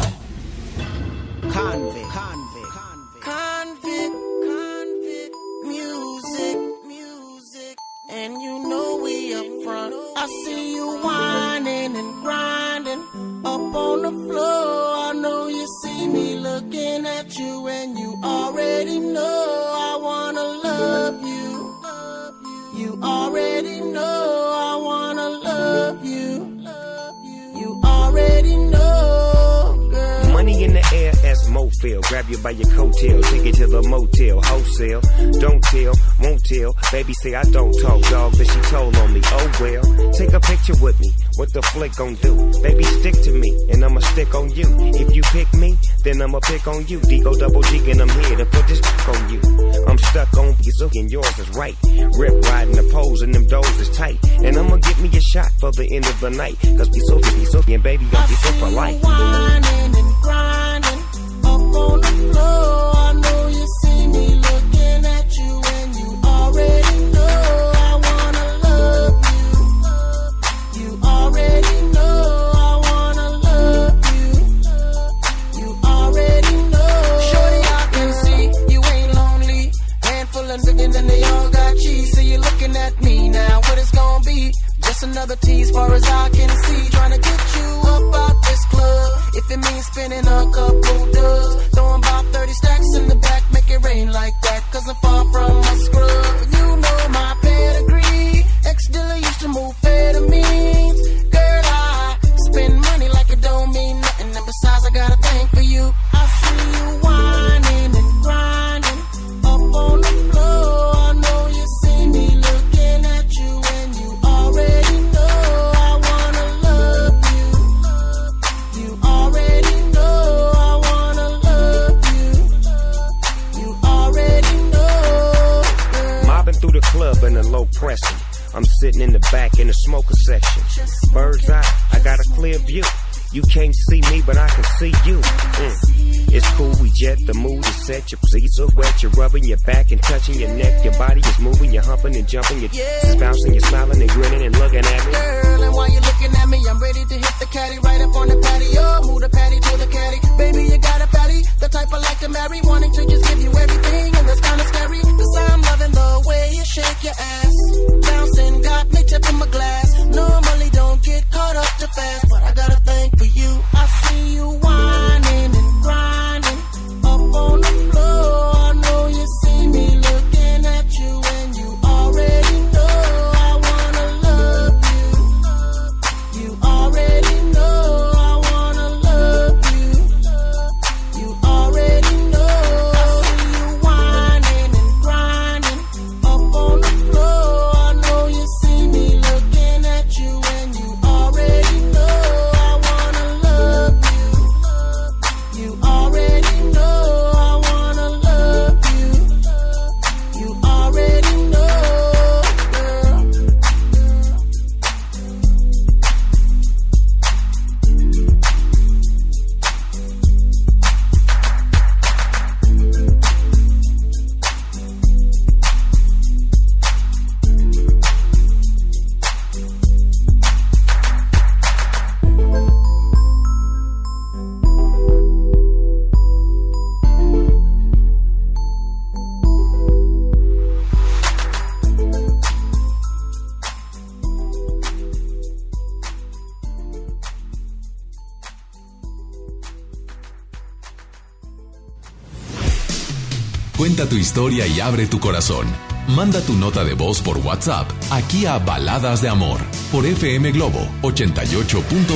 Convict, convict, convict, convict, music, music, and you know we up front. I see you whining and grinding up on the floor. I know you see me looking at you, and you already know I wanna love you. You already know I wanna love you. You already know, girl. Money in the air as Mo feel. Grab you by your coattail, take it to the motel, wholesale. Don't tell, won't tell. Baby say I don't talk, dog, but she told on me. Oh well, take a picture with me. What the flick gon' do? Baby, stick to me, and I'ma stick on you. If you pick me, then I'ma pick on you. D-Go double G, and I'm here to put this on you. I'm stuck on you, and yours is right. Rip riding the poles, and them doors is tight. And I'ma get me a shot for the end of the night. Cause we so, we so, and baby, I'll be so for life. Whining and grinding up on the floor. I know you see me looking at you, and you already know I wanna love you. You already know I wanna love you. You already know. Shorty, I can see you ain't lonely. Handful of niggas and they all got cheese. So you're looking at me now. What it's gonna be? Just another tease, far as I can see. Trying to get you up out this club. If it means spinning a couple dubs, throwing about thirty stacks in the back, make it rain like that. Cause I'm far from a scrub. You know my pedigree. Ex-dealer used to move amphetamines. Girl, I spend money like it don't mean nothing. And besides, I got a thing for you. I see you whining and grinding up on the floor. I know you see me looking at you, and you already know I wanna love you. You already know I wanna love you. You already know, girl. Mobbing through the club in a low pressing. I'm sitting in the back in the smoker section. Bird's eye, I got a clear view. You can't see me, but I can see you. Mm. It's cool, we jet, the mood is set. Your pussy so wet, you're rubbing your back and touching your neck. Your body is moving, you're humping and jumping. You're yeah. bouncing, you're smiling and grinning and looking at me. Girl, and while you're looking at me, I'm ready to hit the caddy right up on the patio. Move the patty to the caddy. Baby, you got a fatty, the type I like to marry. Wanting to just give you everything, and that's kinda scary. Cause I'm loving the way you shake your ass. Bouncing, got me tipping my glass. Normally don't get caught up too fast, but I got a thing for you. I see you whining and grinding up on the floor. I know you see me looking at you, and you already know I wanna love you. You already know I wanna love you. You already know. I Cuenta tu historia y abre tu corazón. Manda tu nota de voz por WhatsApp aquí a Baladas de Amor por F M Globo ochenta y ocho punto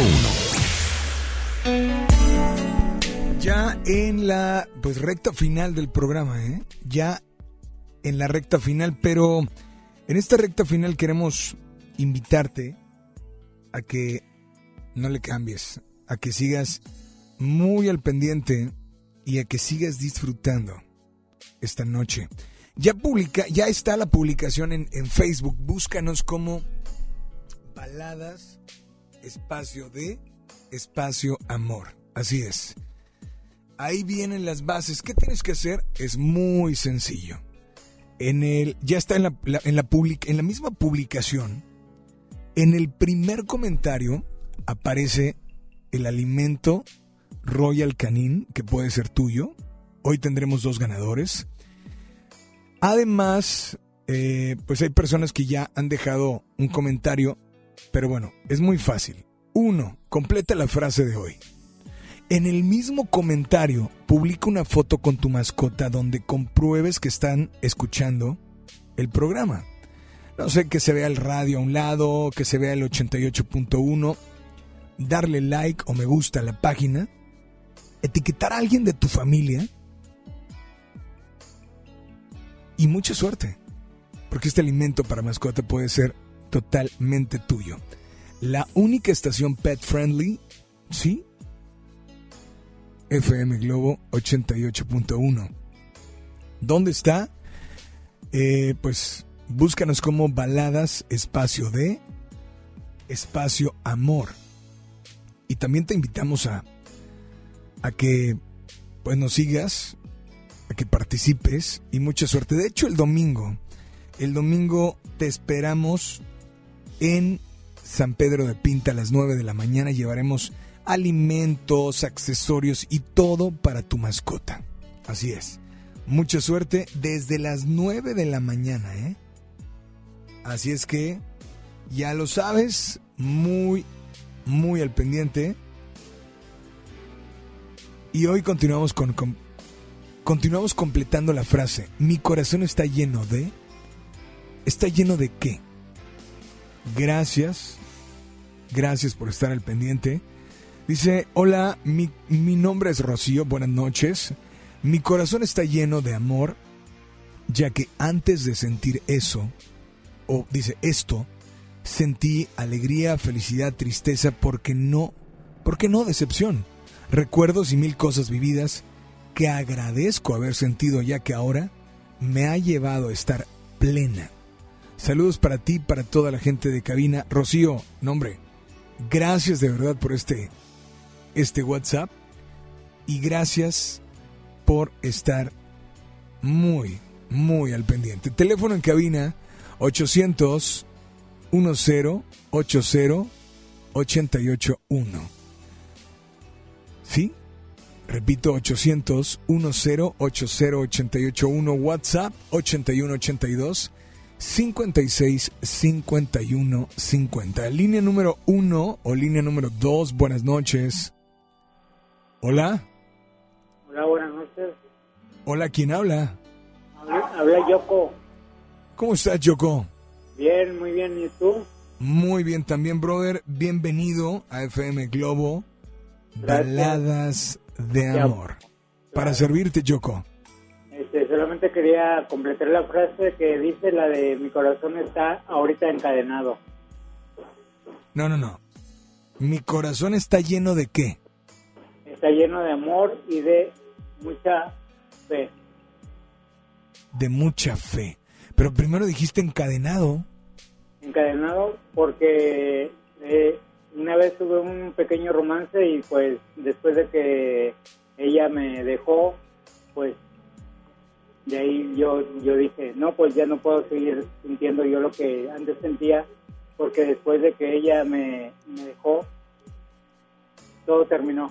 uno. Ya en la pues recta final del programa, ¿eh? Ya en la recta final, pero en esta recta final queremos invitarte a que no le cambies, a que sigas muy al pendiente y a que sigas disfrutando esta noche. Ya publica, ya está la publicación en, en Facebook. Búscanos como Baladas Espacio de Espacio Amor. Así es. Ahí vienen las bases. ¿Qué tienes que hacer? Es muy sencillo. En el, ya está en la, la, en, la public, en la misma publicación. En el primer comentario aparece el alimento Royal Canin, que puede ser tuyo. Hoy tendremos dos ganadores. Además, eh, pues hay personas que ya han dejado un comentario, pero bueno, es muy fácil. Uno, completa la frase de hoy. En el mismo comentario, publica una foto con tu mascota donde compruebes que están escuchando el programa. No sé, que se vea el radio a un lado, que se vea el ochenta y ocho punto uno, darle like o me gusta a la página, etiquetar a alguien de tu familia y mucha suerte, porque este alimento para mascota puede ser totalmente tuyo. La única estación pet friendly, ¿sí? F M Globo ochenta y ocho punto uno. ¿Dónde está? Eh, pues búscanos como Baladas Espacio de Espacio Amor. Y también te invitamos a, a que pues nos sigas, a que participes y mucha suerte. De hecho, el domingo, el domingo te esperamos en San Pedro de Pinta a las nueve de la mañana. Llevaremos alimentos, accesorios y todo para tu mascota. Así es. Mucha suerte desde las nueve de la mañana, ¿eh? Así es que ya lo sabes, muy, muy al pendiente. Y hoy continuamos con, con continuamos completando la frase. Mi corazón está lleno de... ¿Está lleno de qué? Gracias. Gracias por estar al pendiente. Dice, hola, mi, mi nombre es Rocío, buenas noches. Mi corazón está lleno de amor, ya que antes de sentir eso, o dice esto, sentí alegría, felicidad, tristeza, porque no, porque no decepción, recuerdos y mil cosas vividas que agradezco haber sentido, ya que ahora me ha llevado a estar plena. Saludos para ti, para toda la gente de cabina. Rocío, nombre, gracias de verdad por este... este WhatsApp y gracias por estar muy, muy al pendiente. Teléfono en cabina ochocientos diez ochenta ochenta y ocho uno. ¿Sí? Repito, ochocientos diez ochenta ochenta y ocho uno. WhatsApp ochenta y uno ochenta y dos cincuenta y seis cincuenta y uno cincuenta. Línea número uno o línea número dos. Buenas noches. Hola. Hola, buenas noches. Hola, ¿quién habla? Habla, habla Yoko. ¿Cómo estás, Yoko? Bien, muy bien. ¿Y tú? Muy bien también, brother. Bienvenido a F M Globo. Gracias. Baladas de Amor. Claro. Para servirte, Yoko. Este, solamente quería completar la frase que dice la de mi corazón está ahorita encadenado. No, no, no. Mi corazón está lleno de ¿qué? Está lleno de amor y de mucha fe. De mucha fe. Pero primero dijiste encadenado. Encadenado porque eh, una vez tuve un pequeño romance y pues después de que ella me dejó, pues de ahí yo, yo dije, no, pues ya no puedo seguir sintiendo yo lo que antes sentía, porque después de que ella me, me dejó, todo terminó.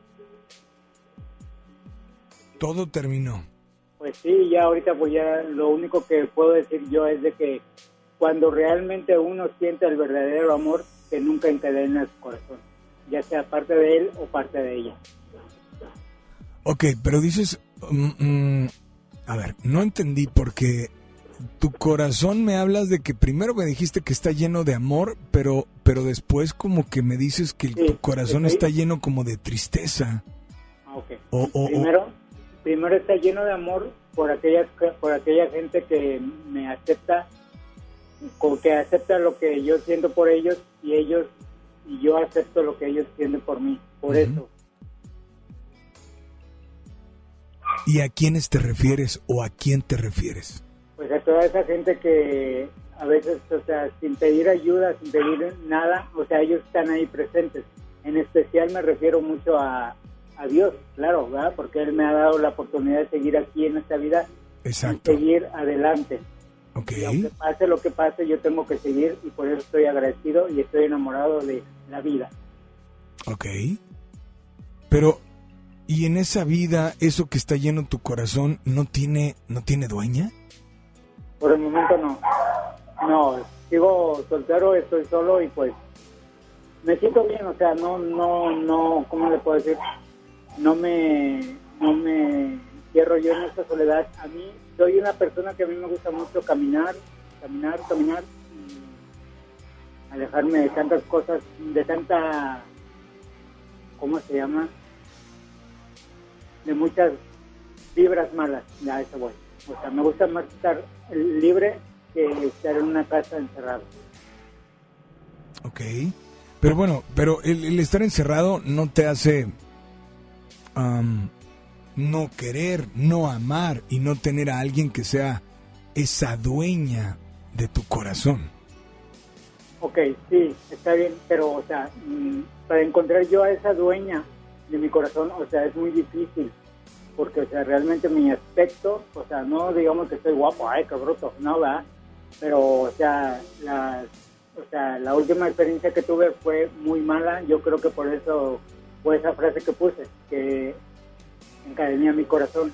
Todo terminó. Pues sí, ya ahorita pues ya lo único que puedo decir yo es de que cuando realmente uno siente el verdadero amor, que nunca encadena su corazón, ya sea parte de él o parte de ella. Ok, pero dices, um, um, a ver, no entendí porque tu corazón me hablas de que primero me dijiste que está lleno de amor, pero pero después como que me dices que Sí, tu corazón sí. está lleno como de tristeza. Ah, ok. O, o- o- primero, primero está lleno de amor por aquella, por aquella gente que me acepta, como que acepta lo que yo siento por ellos y ellos y yo acepto lo que ellos sienten por mí. Por eso. ¿Y a quiénes te refieres o a quién te refieres? Pues a toda esa gente que a veces, o sea, sin pedir ayuda, sin pedir nada, o sea, ellos están ahí presentes. En especial me refiero mucho a, a Dios, claro, ¿verdad? Porque Él me ha dado la oportunidad de seguir aquí en esta vida Exacto. y seguir adelante. Okay. Y aunque pase lo que pase, yo tengo que seguir y por eso estoy agradecido y estoy enamorado de la vida. Ok. Pero, ¿y en esa vida, eso que está lleno tu corazón, no tiene, no tiene dueña? Por el momento no. No, sigo soltero, estoy solo y pues me siento bien, o sea, no, no, no, ¿cómo le puedo decir? No me, no me cierro yo en esta soledad. A mí, soy una persona que a mí me gusta mucho caminar, caminar, caminar, y alejarme de tantas cosas, de tanta, ¿cómo se llama? De muchas vibras malas, ya eso voy. O sea, me gusta más estar libre que estar en una casa encerrado. Ok. Pero bueno, pero el, el estar encerrado no te hace am, no querer, no amar y no tener a alguien que sea esa dueña de tu corazón. Ok, sí, está bien, pero, o sea, mm, para encontrar yo a esa dueña de mi corazón, o sea, es muy difícil, porque, o sea, realmente mi aspecto, o sea, no digamos que estoy guapo, ay, qué bruto, no, ¿verdad? Pero, o sea, la, o sea, la última experiencia que tuve fue muy mala, yo creo que por eso fue esa frase que puse, que encadenía mi corazón.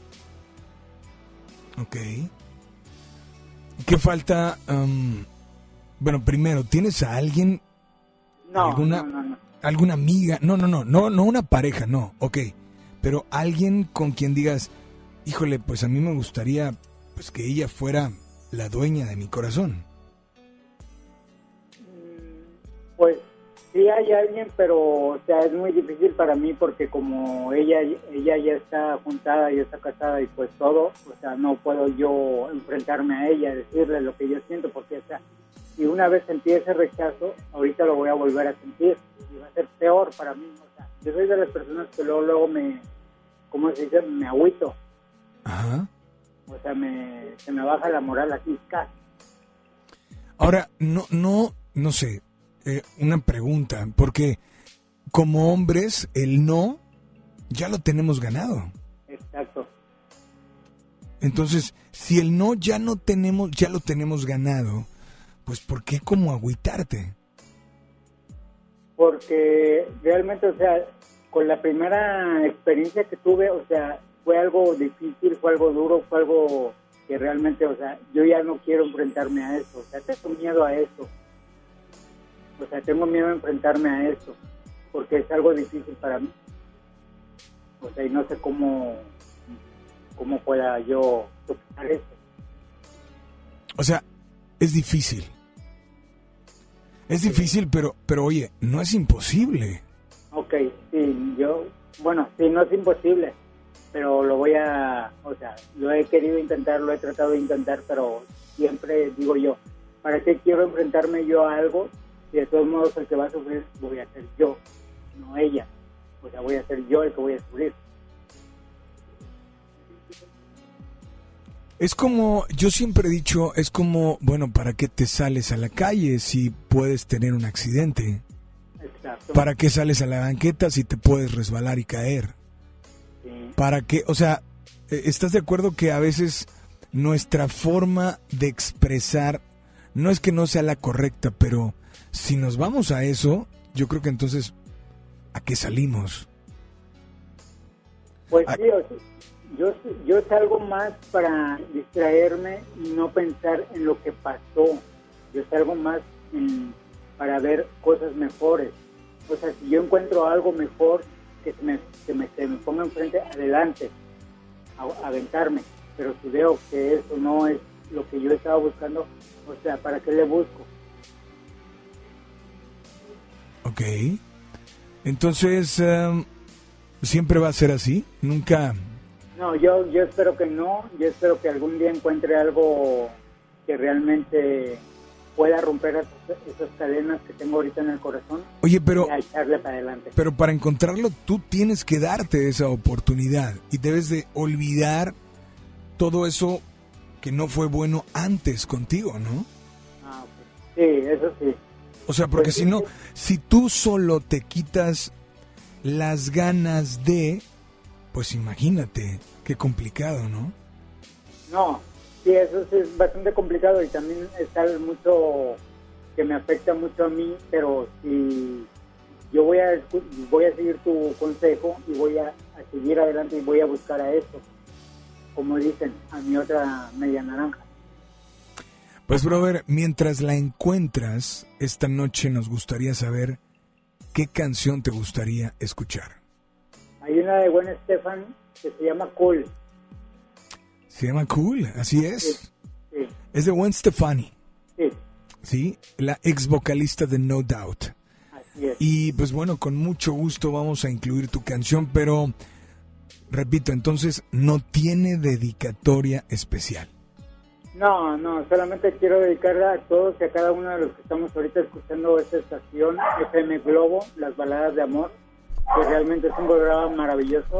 Ok. ¿Qué falta? am, bueno, primero, ¿tienes a alguien? No, ¿Alguna, no, no, no. ¿Alguna amiga? No, no, no, no, no una pareja, no, ok. Pero alguien con quien digas, híjole, pues a mí me gustaría pues que ella fuera la dueña de mi corazón. Pues sí hay alguien, pero o sea, es muy difícil para mí porque como ella ella ya está juntada, ya está casada y pues todo, o sea, no puedo yo enfrentarme a ella, decirle lo que yo siento, porque o sea, si una vez sentí ese rechazo, ahorita lo voy a volver a sentir y va a ser peor para mí. O sea, yo soy de las personas que luego, luego me, ¿cómo se dice? Me agüito. Ajá. O sea, me, se me baja la moral aquí casi. Ahora, no, no, no sé, eh, una pregunta, porque como hombres, el no ya lo tenemos ganado. Exacto. Entonces, si el no ya no tenemos, ya lo tenemos ganado, pues ¿por qué como agüitarte? Porque realmente, o sea, con la primera experiencia que tuve, o sea, fue algo difícil, fue algo duro, fue algo que realmente, o sea, yo ya no quiero enfrentarme a eso, o sea, tengo miedo a eso. O sea, tengo miedo a enfrentarme a eso, porque es algo difícil para mí. O sea, y no sé cómo, cómo pueda yo superar eso. O sea, es difícil. Es difícil, pero, pero oye, no es imposible. Ok, sí, yo, bueno, sí, no es imposible, pero lo voy a, o sea, lo he querido intentar, lo he tratado de intentar, pero siempre digo yo, ¿para qué quiero enfrentarme yo a algo? Si de todos modos el que va a sufrir voy a ser yo, no ella. O sea, voy a ser yo el que voy a sufrir. Es como, yo siempre he dicho, es como, bueno, ¿para qué te sales a la calle si puedes tener un accidente? Exacto. ¿Para qué sales a la banqueta si te puedes resbalar y caer? Sí. ¿Para qué? O sea, ¿estás de acuerdo que a veces nuestra forma de expresar no es que no sea la correcta, pero si nos vamos a eso, yo creo que entonces, ¿a qué salimos? Pues ¿A- sí, o sea, yo, yo salgo más para distraerme y no pensar en lo que pasó. Yo salgo más en- para ver cosas mejores. O sea, si yo encuentro algo mejor, que se me, que me, se me ponga enfrente, adelante, a, aventarme. pero si veo que eso no es lo que yo estaba buscando, o sea, ¿para qué le busco? Ok. Entonces, um, ¿siempre va a ser así? Nunca... No, yo, yo espero que no, yo espero que algún día encuentre algo que realmente pueda romper esas, esas cadenas que tengo ahorita en el corazón. Oye, pero... Y echarle para adelante. Pero para encontrarlo, tú tienes que darte esa oportunidad y debes de olvidar todo eso que no fue bueno antes contigo, ¿no? Ah, ok. Sí, eso sí. O sea, porque Pues, si no, si tú solo te quitas las ganas de, pues imagínate, qué complicado, ¿no? No, sí, eso sí es bastante complicado y también está mucho que me afecta mucho a mí, pero si yo voy a voy a seguir tu consejo y voy a, a seguir adelante y voy a buscar a eso, como dicen, a mi otra media naranja. Pues, brother, mientras la encuentras, esta noche nos gustaría saber qué canción te gustaría escuchar. Hay una de Gwen Stefani que se llama Cool. Se llama Cool, así es. Sí, sí. Es de Gwen Stefani. Sí. Sí, la ex vocalista de No Doubt. Así es. Y pues bueno, con mucho gusto vamos a incluir tu canción, pero repito, entonces no tiene dedicatoria especial. No, no, solamente quiero dedicarla a todos y a cada uno de los que estamos ahorita escuchando esta estación F M Globo, Las Baladas de Amor, que realmente es un programa maravilloso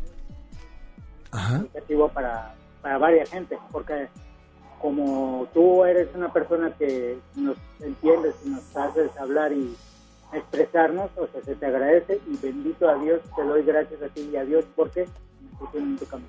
y educativo para, para varias gente, porque como tú eres una persona que nos entiendes y nos haces hablar y expresarnos, o sea, se te agradece y bendito a Dios, te doy gracias a ti y a Dios porque me pusieron en tu camino.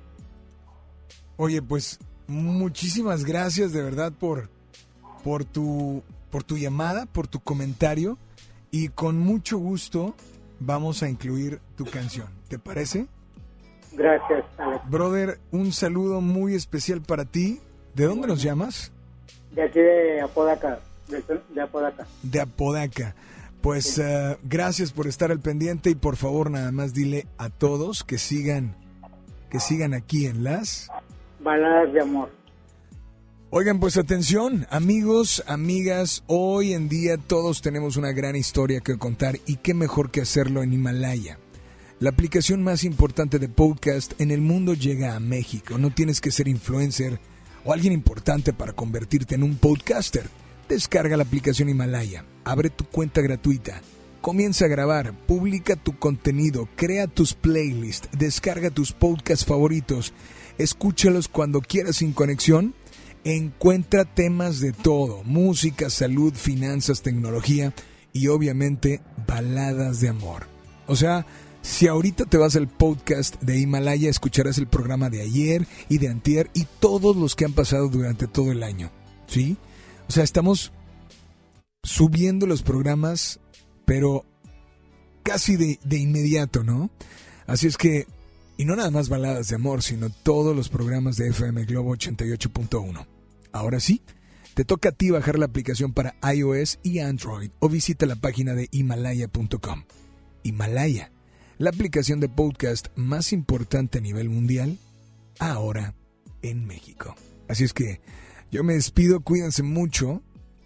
Oye, pues muchísimas gracias de verdad por, por, tu, por tu llamada, por tu comentario y con mucho gusto vamos a incluir tu canción. ¿Te parece? Gracias, Alex. Brother, un saludo muy especial para ti. ¿De dónde nos llamas? De aquí de Apodaca, de, de Apodaca. De Apodaca. Pues sí. uh, gracias por estar al pendiente y por favor nada más dile a todos que sigan, que sigan aquí en las... Baladas de Amor. Oigan, pues atención, amigos, amigas, hoy en día todos tenemos una gran historia que contar y qué mejor que hacerlo en Himalaya. La aplicación más importante de podcast en el mundo llega a México. No tienes que ser influencer o alguien importante para convertirte en un podcaster. Descarga la aplicación Himalaya, abre tu cuenta gratuita, comienza a grabar, publica tu contenido, crea tus playlists, descarga tus podcasts favoritos, escúchalos cuando quieras sin conexión, encuentra temas de todo, música, salud, finanzas, tecnología y obviamente baladas de amor. O sea, si ahorita te vas al podcast de Himalaya, escucharás el programa de ayer y de antier y todos los que han pasado durante todo el año, ¿sí? O sea, estamos subiendo los programas, pero casi de, de inmediato, ¿no? Así es que, y no nada más baladas de amor, sino todos los programas de F M Globo ochenta y ocho punto uno. Ahora sí, te toca a ti bajar la aplicación para iOS y Android o visita la página de himalaya punto com. Himalaya, la aplicación de podcast más importante a nivel mundial, ahora en México. Así es que yo me despido, cuídense mucho.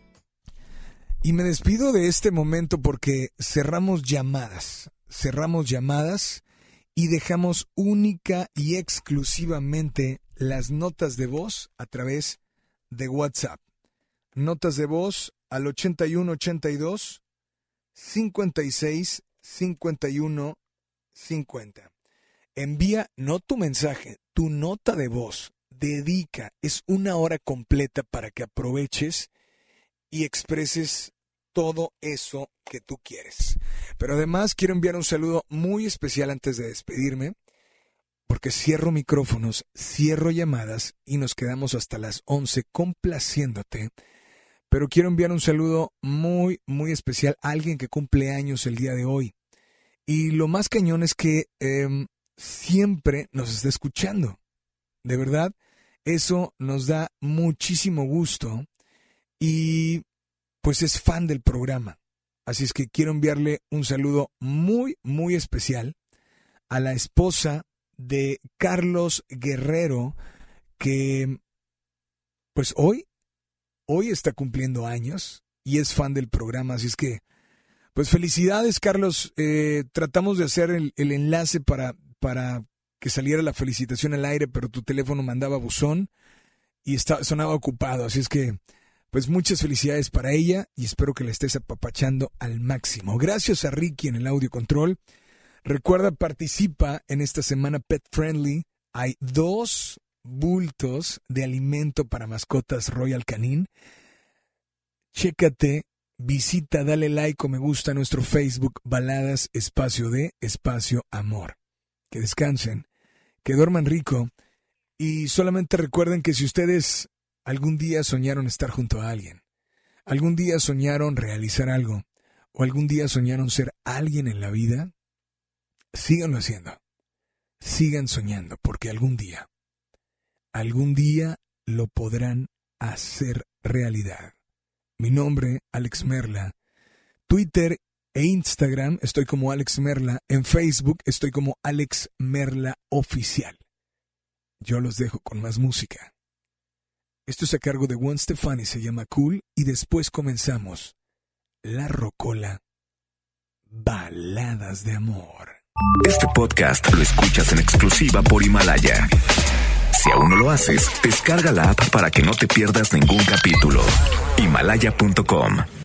Y me despido de este momento porque cerramos llamadas, cerramos llamadas y dejamos única y exclusivamente las notas de voz a través de WhatsApp. Notas de voz al ochenta y uno ochenta y dos cincuenta y seis cincuenta y uno cincuenta. Envía no tu mensaje, tu nota de voz. Dedica, es una hora completa para que aproveches y expreses todo eso que tú quieres. Pero además quiero enviar un saludo muy especial antes de despedirme, porque cierro micrófonos, cierro llamadas y nos quedamos hasta las once complaciéndote. Pero quiero enviar un saludo muy, muy especial a alguien que cumple años el día de hoy. Y lo más cañón es que eh, siempre nos está escuchando. De verdad, eso nos da muchísimo gusto y pues es fan del programa. Así es que quiero enviarle un saludo muy, muy especial a la esposa de Carlos Guerrero, que pues hoy, hoy está cumpliendo años y es fan del programa, así es que pues felicidades, Carlos. Eh, tratamos de hacer el, el enlace para, para que saliera la felicitación al aire, pero tu teléfono mandaba buzón y está, sonaba ocupado, así es que pues muchas felicidades para ella y espero que la estés apapachando al máximo. Gracias a Ricky en el audio control. Recuerda, participa en esta semana Pet Friendly. Hay dos bultos de alimento para mascotas Royal Canin. Chécate, visita, dale like o me gusta a nuestro Facebook, Baladas Espacio de Espacio Amor. Que descansen, que duerman rico y solamente recuerden que si ustedes algún día soñaron estar junto a alguien, algún día soñaron realizar algo o algún día soñaron ser alguien en la vida, síganlo haciendo. Sigan soñando porque algún día, algún día lo podrán hacer realidad. Mi nombre, Alex Merla. Twitter e Instagram estoy como Alex Merla. En Facebook estoy como Alex Merla Oficial. Yo los dejo con más música. Esto es a cargo de Gwen Stefani, se llama Cool, y después comenzamos La Rocola, Baladas de Amor. Este podcast lo escuchas en exclusiva por Himalaya. Si aún no lo haces, descarga la app para que no te pierdas ningún capítulo. Himalaya punto com